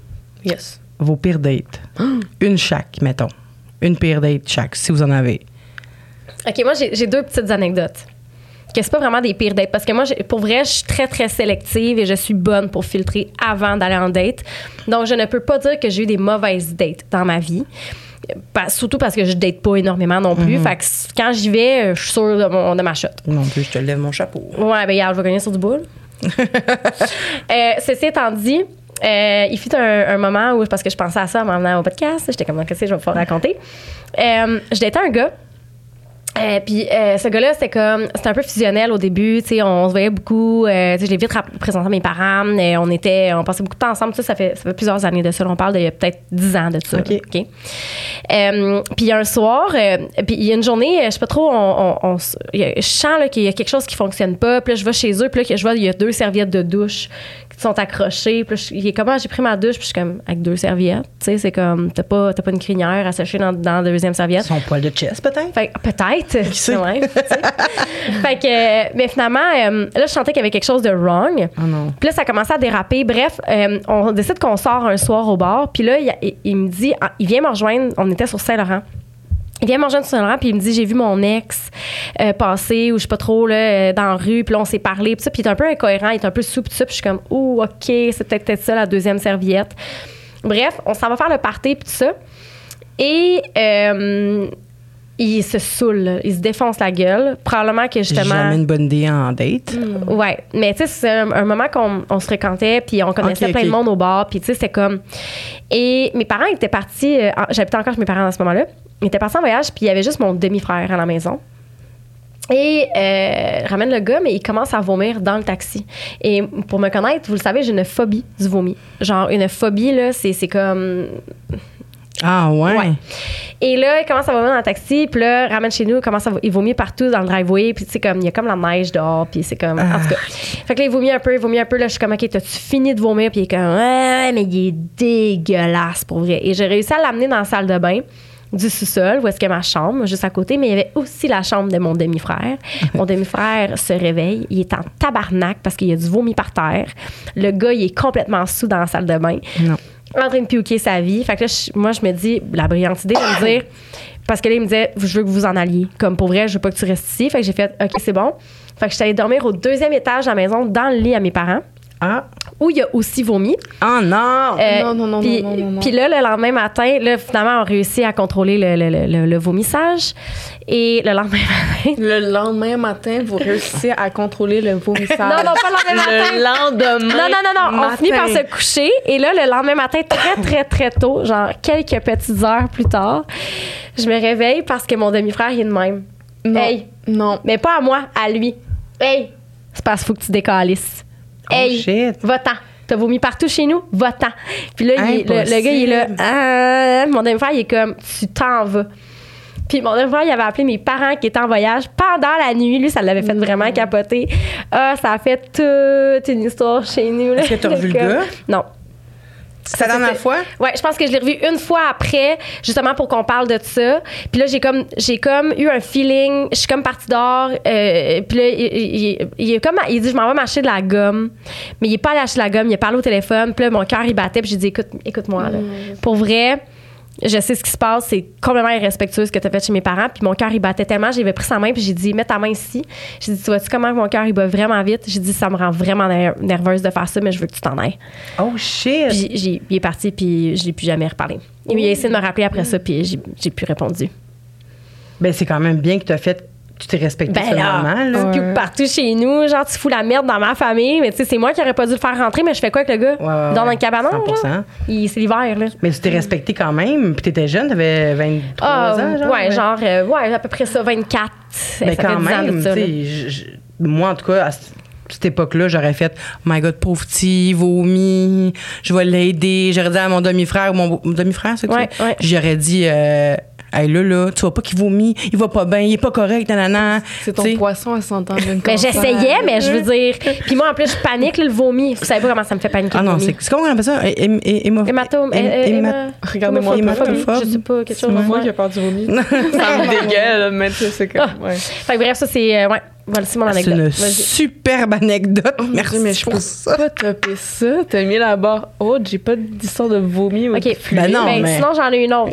Yes. vos pires dates. Une chaque, mettons. Une pire date chaque, si vous en avez. OK, moi, j'ai j'ai deux petites anecdotes. Que c'est pas vraiment des pires dates. Parce que moi, j'ai- pour vrai, je suis très, très sélective et je suis bonne pour filtrer avant d'aller en date. Donc, je ne peux pas dire que j'ai eu des mauvaises dates dans ma vie. Pas- surtout parce que je date pas énormément non plus. Fait que c- quand j'y vais, je suis sûre de, mon- de ma shot. Non plus, je te lève mon chapeau. Ouais, ben, regarde, je vais gagner sur du boule. euh, ceci étant dit, euh, il fut un, un moment où, parce que je pensais à ça en m'en venant au podcast, j'étais comme, qu'est-ce que je vais pouvoir raconter? Euh, je datais un gars. Euh, puis euh, ce gars-là, c'était comme, c'était un peu fusionnel au début, tu sais, on se voyait beaucoup, euh, tu sais, je l'ai vite rap- présenté à mes parents, et on était, on passait beaucoup de temps ensemble, ça, ça fait, ça fait plusieurs années de ça, on parle d'il y a peut-être dix ans de ça. OK. OK. Euh, puis il y a un soir, euh, puis il y a une journée, je sais pas trop, on, on, on s- il y a- je sens là, qu'il y a quelque chose qui fonctionne pas, puis là, je vais chez eux, puis là, je vois, il y a deux serviettes de douche qui sont accrochées, puis là, je- il est comme, ah, j'ai pris ma douche, puis je suis comme, avec deux serviettes, tu sais, c'est comme, t'as pas, t'as pas une crinière à sécher dans, dans la deuxième serviette. Son poil de chest, peut-être? Fait que, peut-être. sait? Ouais, tu sais. Fait que, euh, mais finalement, euh, là, je sentais qu'il y avait quelque chose de wrong. Oh non. Puis là, ça commençait à déraper. Bref, euh, on décide qu'on sort un soir au bar. Puis là, il, il- il me dit, ah, il vient me rejoindre. On était sur Saint-Laurent. Il vient me rejoindre sur Saint-Laurent, puis il me dit, j'ai vu mon ex euh, passer, ou je sais pas trop, là, euh, dans la rue. Puis là, on s'est parlé. Puis ça, puis il est un peu incohérent, il est un peu sous, puis ça. Puis je suis comme, ouh, OK, c'est peut-être peut-être ça, la deuxième serviette. Bref, on s'en va faire le party, puis tout ça. Et euh, il se saoule, il se défonce la gueule. Probablement que justement. Jamais une bonne idée en date. Mm. Ouais, mais tu sais, c'est un, un moment qu'on on se fréquentait, puis on connaissait okay, plein okay. de monde au bar, puis tu sais, c'était comme. Et mes parents étaient partis. Euh, j'habitais encore chez mes parents à ce moment-là. Ils étaient partis en voyage, puis il y avait juste mon demi-frère à la maison. Et euh, je ramène le gars, mais il commence à vomir dans le taxi. Et pour me connaître, vous le savez, j'ai une phobie du vomi. Genre, une phobie, là, c'est, c'est comme. Ah, ouais. ouais. Et là, il commence à vomir dans le taxi, puis là, ramène chez nous, il commence à il vomit partout dans le driveway, puis tu sais, comme, il y a comme la neige dehors, puis c'est comme. Ah. En tout cas. Fait que là, il vomit un peu, il vomit un peu, là, je suis comme, OK, t'as-tu fini de vomir? Puis il est comme, ouais, mais il est dégueulasse, pour vrai. Et j'ai réussi à l'amener dans la salle de bain du sous-sol, où est-ce que ma chambre, juste à côté, mais il y avait aussi la chambre de mon demi-frère. Mon demi-frère se réveille, il est en tabarnak parce qu'il y a du vomi par terre. Le gars, il est complètement sous dans la salle de bain. Non. En train de piouquer sa vie. Fait que là, je, moi, je me dis, la brillante idée de me dire, parce que là, il me disait, je veux que vous en alliez. Comme pour vrai, je veux pas que tu restes ici. Fait que j'ai fait, OK, c'est bon. Fait que je suis allée dormir au deuxième étage de la maison, dans le lit à mes parents. Ah. Où il y a aussi vomi. Oh non! Euh, non, non, non, pis, non, non, non. Puis là, le lendemain matin, là, finalement, on réussit à contrôler le, le, le, le, le vomissage. Et le lendemain matin... Le lendemain matin, vous réussissez à contrôler le vomissage. Non, non, pas le lendemain matin. Le lendemain Non, non, non, non. matin. On finit par se coucher. Et là, le lendemain matin, très, très, très tôt, genre quelques petites heures plus tard, je me réveille parce que mon demi-frère, il est de même. Non, Hey. non. Mais pas à moi, à lui. Hey! C'est parce qu'il faut que tu décalisses. Hey! Oh, shit. Va-t'en. T'as vomi partout chez nous? Va-t'en. Puis là, il, le, le gars, il est là. Ah, mon demi-frère, il est comme, tu t'en vas. Puis mon demi-frère, il avait appelé mes parents qui étaient en voyage pendant la nuit. Lui, ça l'avait fait vraiment capoter. Ah, ça a fait toute une histoire chez nous. Là. Est-ce que t'as revu le gars? Non. C'est la dernière fois? Ouais, je pense que je l'ai revu une fois après, justement pour qu'on parle de ça. Puis là, j'ai comme, j'ai comme eu un feeling. Je suis comme partie dehors. Euh, puis là, il, il, il, est comme, il dit, je m'en vais m'acheter de la gomme. Mais il est pas allé acheter de la gomme. Il a parlé au téléphone. Puis là, mon cœur, il battait. Puis j'ai dit, écoute, écoute-moi. Là. Mm. Pour vrai, je sais ce qui se passe. C'est complètement irrespectueux ce que tu as fait chez mes parents. Puis mon cœur, il battait tellement. J'avais pris sa main. Puis j'ai dit, mets ta main ici. J'ai dit, tu vois-tu comment mon cœur, il bat vraiment vite? J'ai dit, ça me rend vraiment nerveuse de faire ça, mais je veux que tu t'en ailles. Oh, shit! Puis j'ai, il est parti, puis je l'ai plus jamais reparlé. Il a essayé de me rappeler après ça, puis j'ai, j'ai plus répondu. Ben, c'est quand même bien que tu as fait. Tu t'es respecté Ben ce là, moment, là. tu piouques partout chez nous, genre tu fous la merde dans ma famille, mais tu sais, c'est moi qui aurais pas dû le faire rentrer, mais je fais quoi avec le gars? Ouais, ouais, Il dort dans ouais. le cabanon, cent pour cent. genre? Il, c'est l'hiver, là. Mais tu t'es respecté quand même, puis t'étais jeune, t'avais vingt-trois Ah, ans, genre. ouais, genre, euh, ouais, à peu près ça, vingt-quatre. Mais ça quand fait dix ans de même, ça, tu là. sais, je- je- moi, en tout cas, à c- cette époque-là, j'aurais fait « My God, pauvre petit, vomi, je vais l'aider. » J'aurais dit à mon demi-frère, ou mon, mon demi-frère, c'est que Ouais, c'est? ouais. J'aurais dit euh, Hey, là, là, tu vois pas qu'il vomit, il va pas bien, il est pas correct, nanana. » C'est ton T'sais. poisson à cent ans d'une Ben, j'essayais, mais je veux dire. Puis moi, en plus, je panique, là, le vomi. Vous savez pas comment ça me fait paniquer. Ah le non, vomi. c'est, c'est comment on appelle ça? Hé- hé- hé- hémo- Hématome. hé- euh, euh, héma- héma- Regardez-moi, hématophobe, hématophobe. Je sais pas, quelque chose. C'est moi ouais. qui ai peur du vomi. Ça me dégueule, mais tu sais, c'est comme. Ah. Ouais. Fait que bref, ça, c'est. euh, ouais, voilà, c'est mon C'est anecdote. une Vas-y. superbe anecdote. Oh mon Merci Dieu, mais je pour peux ça. pas topper ça. T'as mis la barre haute, j'ai pas d'histoire de vomi ou OK. de fluide. Ben non, Ben, mais- sinon, j'en ai une autre.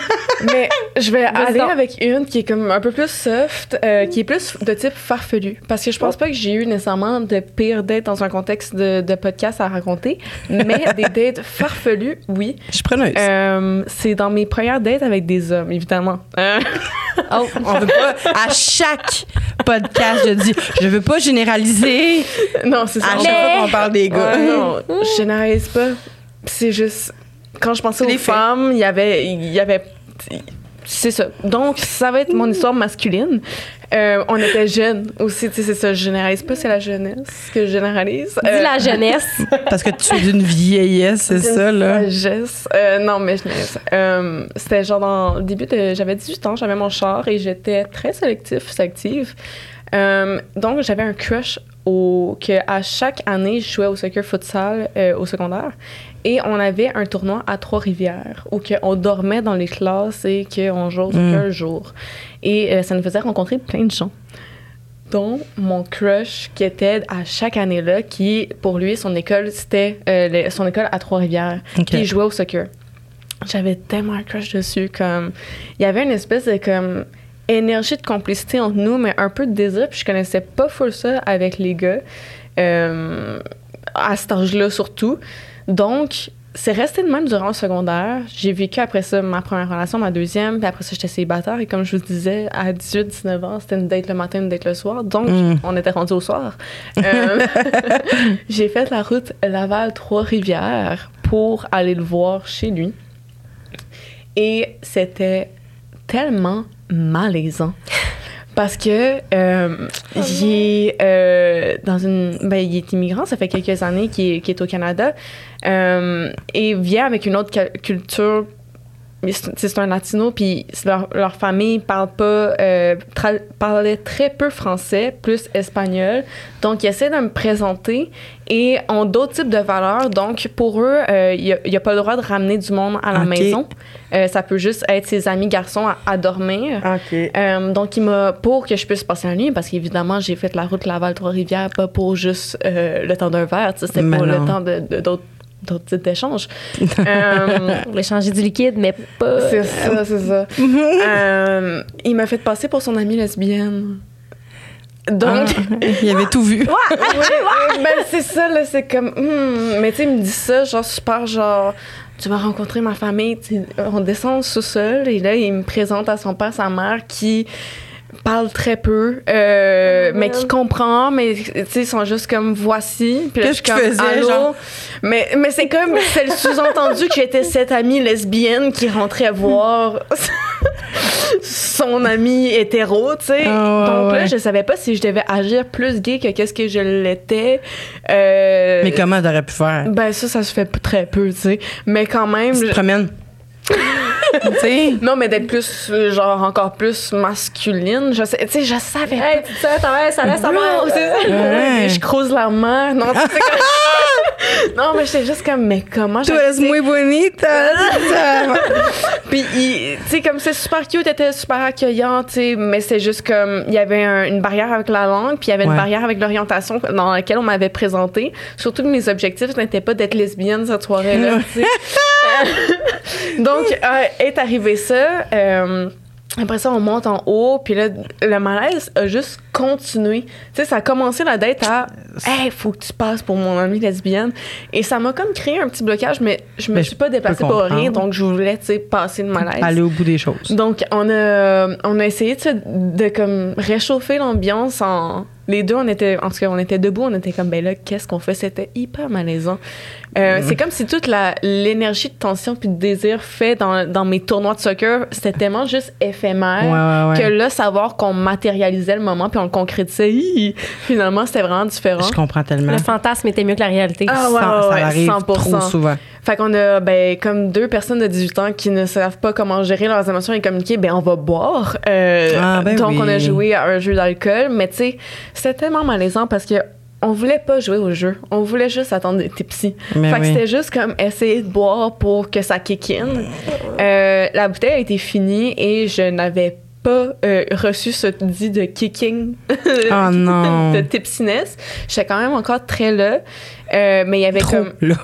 Mais je vais Vas-y aller donc. avec une qui est comme un peu plus soft, euh, qui est plus de type farfelu. Parce que je pense pas que j'ai eu nécessairement de pires dates dans un contexte de, de podcast à raconter, mais des dates farfelues, oui. Je suis preneuse. Euh, c'est dans mes premières dates avec des hommes, évidemment. Euh, Oh. On veut pas, à chaque podcast, je dis, je veux pas généraliser. non, c'est ça. À on- chaque fois qu'on parle des gars. Ouais, non, je généralise pas. C'est juste quand je pensais C'est aux des faits. femmes, il y avait il y avait c'est ça. Donc ça va être mon histoire masculine. Euh, on était jeunes aussi, tu sais, c'est ça, je généralise pas, c'est la jeunesse que je généralise. Dis Euh, la jeunesse. Parce que tu es d'une vieillesse, c'est d'une ça, là. sagesse. Euh, non, mais je généralise. Euh, c'était genre dans le début de... J'avais dix-huit ans, j'avais mon char et j'étais très sélectif, sélective. Euh, donc, j'avais un crush au, que à chaque année, je jouais au soccer futsal euh, au secondaire. Et on avait un tournoi à Trois-Rivières où que on dormait dans les classes et qu'on jouait au soccer un jour. Et euh, ça nous faisait rencontrer plein de gens. Dont mon crush qui était à chaque année-là, qui, pour lui, son école, c'était euh, le- son école à Trois-Rivières. Ok. Puis il jouait au soccer. J'avais tellement un crush dessus. Comme, il y avait une espèce de comme, énergie de complicité entre nous, mais un peu de désir. Puis je connaissais pas full ça avec les gars, euh, à cet âge-là surtout. Donc, c'est resté de même durant le secondaire. J'ai vécu après ça ma première relation, ma deuxième, puis après ça, j'étais célibataire. Et comme je vous disais, à dix-huit dix-neuf ans, c'était une date le matin, une date le soir. Donc, mm. on était rendu au soir. Euh, j'ai fait la route Laval-Trois-Rivières pour aller le voir chez lui. Et c'était tellement malaisant. Parce que euh, oh il est euh, dans une, ben, il est immigrant, ça fait quelques années qu'il est, qu'il est au Canada euh, et vient avec une autre culture. C'est, c'est un latino, puis leur, leur famille parle pas, euh, tra- parlait très peu français, plus espagnol. Donc, ils essaient de me présenter et ont d'autres types de valeurs. Donc, pour eux, euh, il n'y a, a pas le droit de ramener du monde à la okay. maison. Euh, ça peut juste être ses amis garçons à, à dormir. Okay. Euh, donc, il m'a, pour que je puisse passer la nuit, parce qu'évidemment, j'ai fait la route Laval-Trois-Rivières, pas pour juste euh, le temps d'un verre, c'était mais pour non. le temps de, de, d'autres d'autres types d'échanges. euh, Pour échanger du liquide, mais pas... C'est ça, c'est ça. euh, il m'a fait passer pour son amie lesbienne. Donc... Ah, il avait tout vu. Ouais, ouais, ben c'est ça, là, c'est comme... Hmm, mais tu sais, il me dit ça, genre, super, genre... Tu vas rencontrer ma famille, tu sais, on descend au sous-sol, et là, il me présente à son père, sa mère, qui... parle très peu, euh, oh, mais qui comprend, mais tu sais, ils sont juste comme voici. Puis là, qu'est-ce que tu faisais, genre? Mais, mais c'est comme, c'est le sous-entendu que j'étais cette amie lesbienne qui rentrait voir son ami hétéro, tu sais. Oh, Donc ouais. là, je savais pas si je devais agir plus gay que qu'est-ce que je l'étais. Euh, mais comment t'aurais pu faire? Ben ça, ça se fait très peu, tu sais. Mais quand même... Tu te je... promènes. T'sais. Non, mais d'être plus, genre, encore plus masculine. Je sais, tu sais, je savais. Hey, tu sais, ta mère, ça laisse sa mère. Ouais. Je croise la mer. Non, tu sais, comme... non, mais j'étais juste comme, mais comment Tu es muy bonita. Puis, tu sais, comme c'est super cute, était super accueillant, tu sais, mais c'est juste comme, il y avait un, une barrière avec la langue, puis il y avait une ouais. barrière avec l'orientation dans laquelle on m'avait présenté. Surtout que mes objectifs n'étaient pas d'être lesbienne cette soirée-là, tu sais. Donc, euh, est arrivé ça. Euh, après ça, on monte en haut, puis là, le malaise a juste continué. Tu sais, ça a commencé la date à « Hey, faut que tu passes pour mon amie lesbienne ». Et ça m'a comme créé un petit blocage, mais je me mais suis pas déplacée pour rien, donc je voulais, tu sais, passer le malaise. Aller au bout des choses. Donc, on a, on a essayé, tu sais, de comme réchauffer l'ambiance en... Les deux, on était, en tout cas, on était debout, on était comme, ben là, qu'est-ce qu'on fait? C'était hyper malaisant. Euh, mmh. C'est comme si toute la, l'énergie de tension puis de désir fait dans, dans mes tournois de soccer, c'était tellement juste éphémère ouais, ouais, ouais. que là, savoir qu'on matérialisait le moment puis on le concrétisait, hi, finalement, c'était vraiment différent. Je comprends tellement. Le fantasme était mieux que la réalité. Ah ouais, ça, ouais, ça arrive cent pour cent. trop souvent. Fait qu'on a, ben, comme deux personnes de dix-huit ans qui ne savent pas comment gérer leurs émotions et communiquer, ben, on va boire. Euh, ah, ben donc, oui. On a joué à un jeu d'alcool, mais tu sais, c'était tellement malaisant parce que on voulait pas jouer au jeu. On voulait juste attendre des tipsy. Mais fait oui. que c'était juste comme essayer de boire pour que ça kick in. Euh, la bouteille a été finie et je n'avais pas euh, reçu ce dit de kicking oh non. de tipsiness. J'étais quand même encore très là. Euh, mais il y avait trop comme là.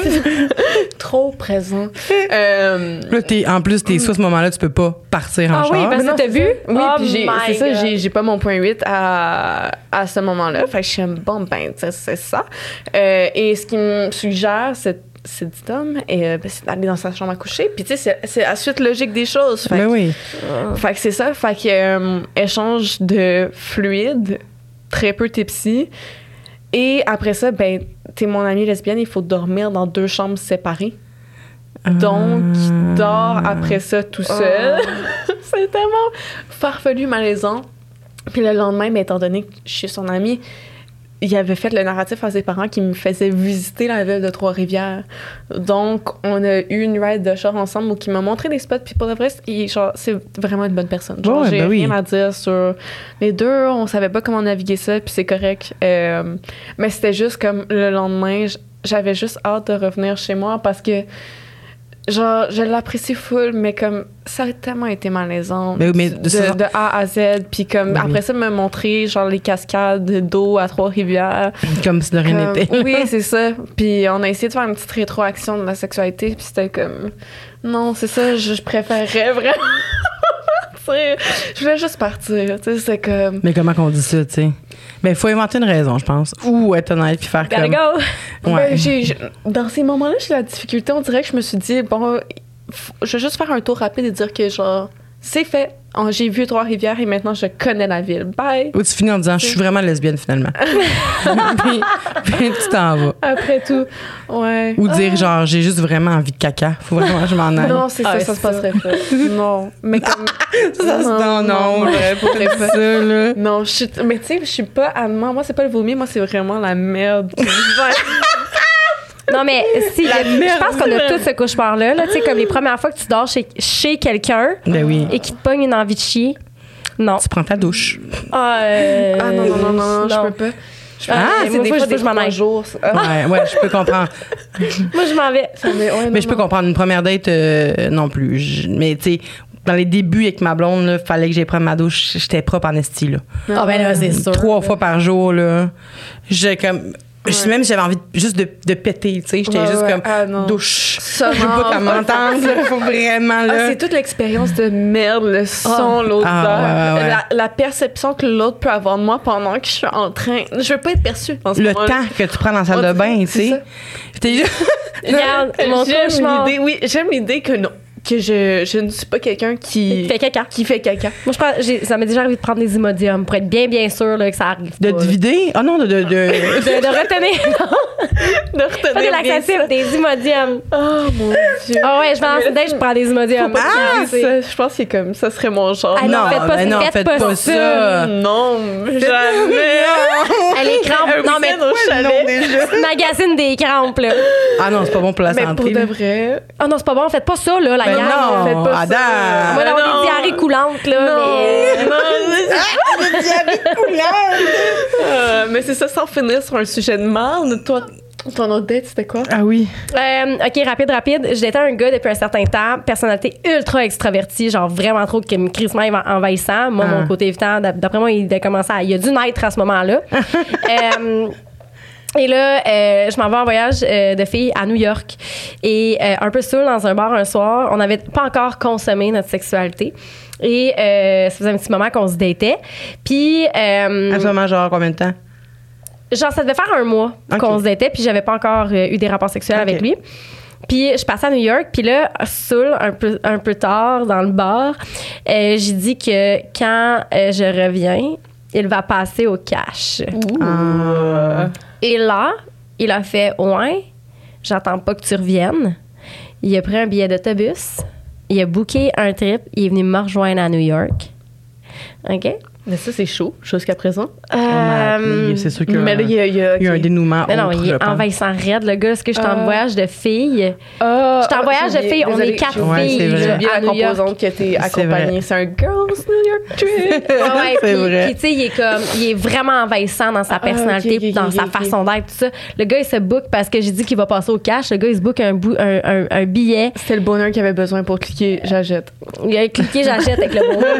trop présent. Euh, là, t'es, en plus, t'es mm. à ce moment-là, tu peux pas partir en ah char. Oui, parce que t'as vu? Oui, oh puis j'ai, c'est God. ça, j'ai, j'ai pas mon point huit à, à ce moment-là. Fait que je suis bon, ben, c'est, c'est ça. Euh, et ce qui me suggère, c'est c'est dit Tom, et euh, ben, c'est d'aller dans sa chambre à coucher. Puis, tu sais, c'est, c'est la suite logique des choses. Fait ben que, oui. Euh, fait que c'est ça. Fait que, euh, échange de fluide, très peu tipsy. Et après ça, ben, t'es mon amie lesbienne, il faut dormir dans deux chambres séparées. Donc, il dort après ça tout seul. Oh. C'est tellement farfelu, malaisant. Puis le lendemain, ben, étant donné que je suis son amie, il avait fait le narratif à ses parents qui me faisaient visiter la ville de Trois-Rivières. Donc, on a eu une ride de char ensemble où il m'a montré des spots. Puis pour de vrai, il, genre, c'est vraiment une bonne personne. Genre, ouais, j'ai ben rien oui. à dire sur les deux. On savait pas comment naviguer ça, puis c'est correct. Euh, mais c'était juste comme le lendemain, j'avais juste hâte de revenir chez moi parce que genre, je l'apprécie full, mais comme ça a tellement été malaisant mais, mais de, de, ça... de A à Z. Puis comme oui. après ça, me montrer genre les cascades d'eau à Trois-Rivières. Comme si de rien n'était. Oui, c'est ça. Puis on a essayé de faire une petite rétroaction de la sexualité, puis c'était comme non, c'est ça, je, je préférerais vraiment partir. Je voulais juste partir. Tu sais, c'est comme. Mais comment qu'on dit ça, tu sais? Ben, il faut inventer une raison, je pense. Ou être honnête puis faire Gotta comme... go! Ouais. Ben, j'ai, j'ai- dans ces moments-là, j'ai la difficulté. On dirait que je me suis dit, bon, faut- je vais juste faire un tour rapide et dire que, genre, c'est fait. Oh, j'ai vu Trois-Rivières et maintenant je connais la ville. Bye! Ou tu finis en disant, je suis vraiment lesbienne, finalement. puis, puis tu t'en vas. Après tout, ouais. Ou dire, genre, j'ai juste vraiment envie de caca. Faut vraiment que je m'en aille. Non, c'est ça, Ah, ça c'est se passerait pas. Non. Mais comme. ça, c'est- non, non, j'aurais pas fait ça, là. Non, je suis. Mais tu sais, je suis pas allemand. Moi, c'est pas le vomi, moi, c'est vraiment la merde. qui me gêne. Non, mais si, La je merde. pense qu'on a tous ce cauchemar-là, là, tu sais, comme les premières fois que tu dors chez, chez quelqu'un Ben oui. et qu'il te pogne une envie de chier. Non. Tu prends ta douche. Ah, euh, Ah non, non, non, non, je peux pas. Je peux Ah, pas. c'est Moi, des fois, je- je m'en trois aille. jours. ça- Ah, Ouais, ouais, je peux comprendre. Moi, je m'en vais. mais ouais, non, Mais je peux non. comprendre. Une première date, euh, non plus. Je- mais tu sais, dans les débuts avec ma blonde, il fallait que j'aille prendre ma douche. J'étais propre en esti, là. Ah, ben là, c'est sûr. Trois fois par jour, là. J'ai comme... Je sais même j'avais envie de- juste de, de péter, tu sais. J'étais Ouais, juste ouais. comme Ah, non. douche. Ça, Je veux non. pas qu'elle m'entende, là. Faut vraiment, Ah, là. c'est toute l'expérience de merde, le son, l'odeur, Ah, ouais, ouais, ouais. La, la perception que l'autre peut avoir de moi pendant que je suis en train. Je veux pas être perçue en ce le moment-là. temps que tu prends dans la salle Ouais, de bain, tu c'est sais. ça. J'étais juste... Regarde, mon J'aime cauchemar. l'idée, oui, j'aime l'idée que non, que je, je ne suis pas quelqu'un qui, Il fait caca. qui fait caca. Moi, je pense, j'ai- ça m'est déjà arrivé de prendre des Imodium pour être bien, bien sûr là, que ça arrive De pas. te vider? Ah non, de... de, de... De, de retenir. De retenir Pas des bien laxatifs, ça. des Imodium. Oh mon Dieu. Ah ouais, je vais en Mais là, date, je prends des Imodium. Faut pas Ah, que tu dises ça. Je pense que comme ça serait mon genre. Ah non, faites pas ben ça, non, faites faites pas pas ça. ça. Non, jamais. Elle est crampe. Un Non, mais week-end au chalet. Non, déjà. magazine des crampes, là. Ah non, c'est pas bon pour la Mais santé. pour de là. vrai, Ah non, c'est pas bon, faites pas ça, là, la Ben gang. non, faites pas Adam. ça. Moi, Ben on non. des diarrhées coulantes, là, mais... Euh, mais c'est ça, sans finir sur un sujet de merde. Toi, ton autre date, c'était quoi? Ah oui. Euh, OK, rapide, rapide. J'étais un gars depuis un certain temps, personnalité ultra extravertie, genre vraiment trop que crissement envahissant. Moi, Ah. mon côté évitant, d'ap- d'après moi, il a commencé à... Il a dû naître à ce moment-là. Euh, Et là, euh, je m'en vais en voyage euh, de filles à New York. Et euh, un peu seul dans un bar un soir, on n'avait pas encore consommé notre sexualité. Et euh, ça faisait un petit moment qu'on se datait. Puis... euh, À ce moment, genre, combien de temps? Genre, ça devait faire un mois Ok. qu'on se datait, puis j'avais pas encore euh, eu des rapports sexuels Ok. avec lui. Puis je passais à New York, puis là, saoul, un peu, un peu tard dans le bar, euh, j'ai dit que quand euh, je reviens, il va passer au cash. Ah. Et là, il a fait « Ouais, j'attends pas que tu reviennes. » Il a pris un billet d'autobus, il a booké un trip, il est venu me rejoindre à New York. OK? Mais ça, c'est chaud jusqu'à présent. Euh, C'est sûr qu'il y a, Mais là, il y a, il y a, il y a un ok. dénouement. Non, non, autre, il je est pense. envahissant raide, le gars. Est-ce que je suis en Euh. voyage de filles? Ah, J'étais en ah, voyage j'ai de filles, on désolée, est quatre j'ai Ouais, filles c'est vrai. J'ai là, oublié à la New York. composante qui a été C'est accompagnée. vrai. C'est un Girls New York Trip. Ouais, ouais, C'est puis- vrai. Puis, tu sais, il est comme, il est vraiment envahissant dans sa Ah, personnalité, ok, puis ok, dans ok, sa ok. façon d'être, tout ça. Le gars, il se book parce que j'ai dit qu'il va passer au cash. Le gars, il se book un, bout, un, un, un billet. C'était le bonheur qu'il avait besoin pour cliquer j'achète. Il a cliqué, j'achète avec le bon mot.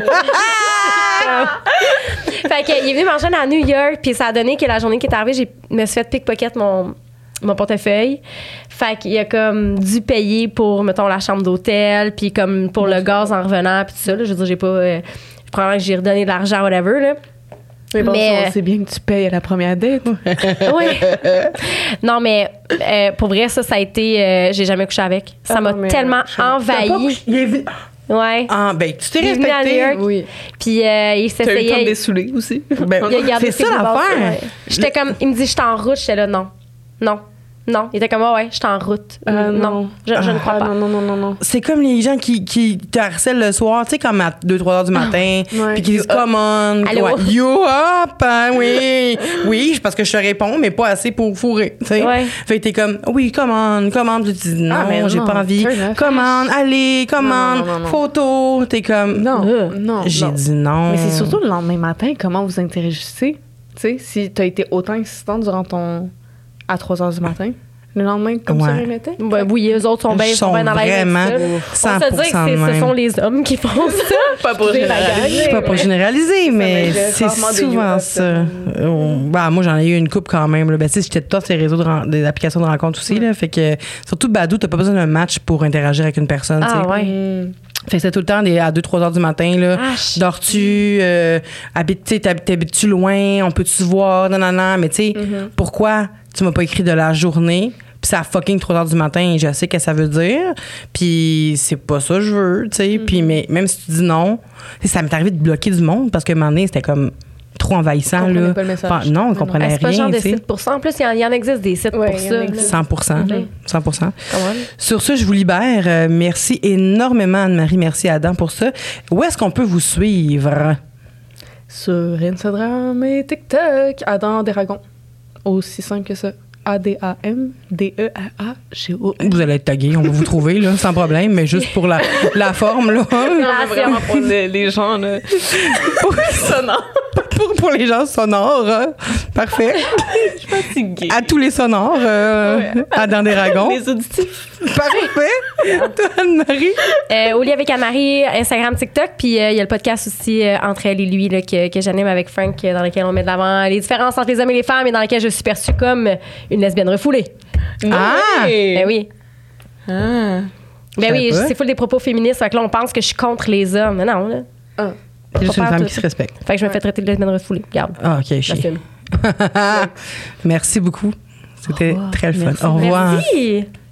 Fait qu'il est venu manger à New York, puis ça a donné que la journée qui est arrivée, je me suis fait pickpocket mon, mon portefeuille. Fait qu'il a comme dû payer pour, mettons, la chambre d'hôtel, puis comme pour le gaz en revenant, puis tout ça. Là. Je veux dire, j'ai pas... Euh, probablement que j'ai redonné de l'argent, whatever, là. Mais bon, Mais, ça, euh, on sait bien que tu payes à la première date. Oui. Non, mais euh, pour vrai, ça, ça a été... euh, j'ai jamais couché avec. Ça Ah m'a non, mais tellement ouais, je- T'as pas envahi. couché- il est vi- Ouais. Ah, ben, tu t'es Il est venu à New respecté. York. Oui. Puis euh, il T'as eu le temps de s'essayait... dessouler aussi. Ben, Il a gardé c'est ses ça boules l'affaire. basses, ouais. J'étais comme, il me dit, je suis en route. J'étais là, non, non, non. Il était comme, ouais, ouais, je suis en route. Ah, non, non. Je, je ne crois Ah, pas. non, non, non, non, non. C'est comme les gens qui, qui te harcèlent le soir, tu sais, comme à deux trois heures du matin, Ouais. puis qui disent You come on, Allô? ouais, you up, hein, oui, oui, parce que je te réponds, mais pas assez pour fourrer, tu sais. Ouais. Fait que t'es comme, oui, commande, commande, tu dis non, Ah, mais j'ai non, pas envie, turn off. commande, allez, commande, Non, non, non, non. photo, t'es comme, Non, Euh. non. j'ai non. dit non. Mais c'est surtout le lendemain matin, comment vous interagissez. Tu sais, si t'as été autant insistante durant ton. à trois heures du matin. Le lendemain, comme ça, Ouais. il était. Ben oui, eux autres sont bien Ils sont bien à l'aise avec vraiment ça. On se dit que cent pour cent c'est- de ce même. sont les hommes qui font ça. Pas pour C'est la généraliser. gang. C'est pas pour mais- généraliser, mais m'arrive c'est rarement des souvent Europe, ça. euh, Euh, bah, moi, j'en ai eu une couple quand même. Là. Ben, tu sais, j'étais tout ces réseaux de ren- des applications de rencontres aussi. Là, fait que, surtout Badoo, t'as pas besoin d'un match pour interagir avec une personne. tu sais. Ah ouais. Hmm. Fait que c'était tout le temps des, à deux trois heures du matin, là. Ah, Dors-tu? Euh, habites, tu sais, t'hab- t'habites-tu loin? On peut-tu se voir? Non, non, non. Mais tu sais, Mm-hmm. pourquoi tu m'as pas écrit de la journée? Puis c'est à fucking trois heures du matin et je sais que ça veut dire. Puis c'est pas ça que je veux, tu sais. Mm-hmm. Puis mais même si tu dis non, tu sais, ça m'est arrivé de bloquer du monde parce que un moment donné, c'était comme trop envahissant, On comprenait là. pas le message. Pas- non, on Non, comprenait Ah, c'est pas le rien, genre de tu sais. site pour ça. En plus, il y, en- il y en existe des sites Ouais, pour il y en ça. existe. cent pour cent. Mhm. cent pour cent. Comment? Sur ce, je vous libère. Euh, merci énormément, Anne-Marie. Merci, Adam, pour ça. Où est-ce qu'on peut vous suivre? Sur Instagram et TikTok, Adam Deragon. Aussi simple que ça. A D A M D E R A G O N. Vous allez être tagué, on va vous trouver, là, sans problème, mais juste pour la, la forme, là. Non, vraiment pour les, les gens, là. Pour les sonores. pour, pour les gens sonores. hein. Parfait. Je suis fatiguée. À tous les sonores, euh, Ouais. Adam Deragon. Les auditifs. Parfait. Toi, Anne-Marie. Euh, Oli avec Anne-Marie, Instagram, TikTok. Puis euh, il y a le podcast aussi euh, Entre elle et lui là, que, que j'anime avec Frank, euh, dans lequel on met de l'avant les différences entre les hommes et les femmes et dans lequel je suis perçue comme une lesbienne refoulée. Ah! Ben oui. Ah. Ben oui, savais pas. c'est full des propos féministes. Fait que là, on pense que je suis contre les hommes. Mais non, là. Ah. C'est juste Pas une faire femme tout. qui se respecte. Fait que je me fais traiter de lesbienne refoulée. Regarde. Ah, OK, chier. J'assume. Merci beaucoup. C'était très le fun. Merci. Au revoir. Merci.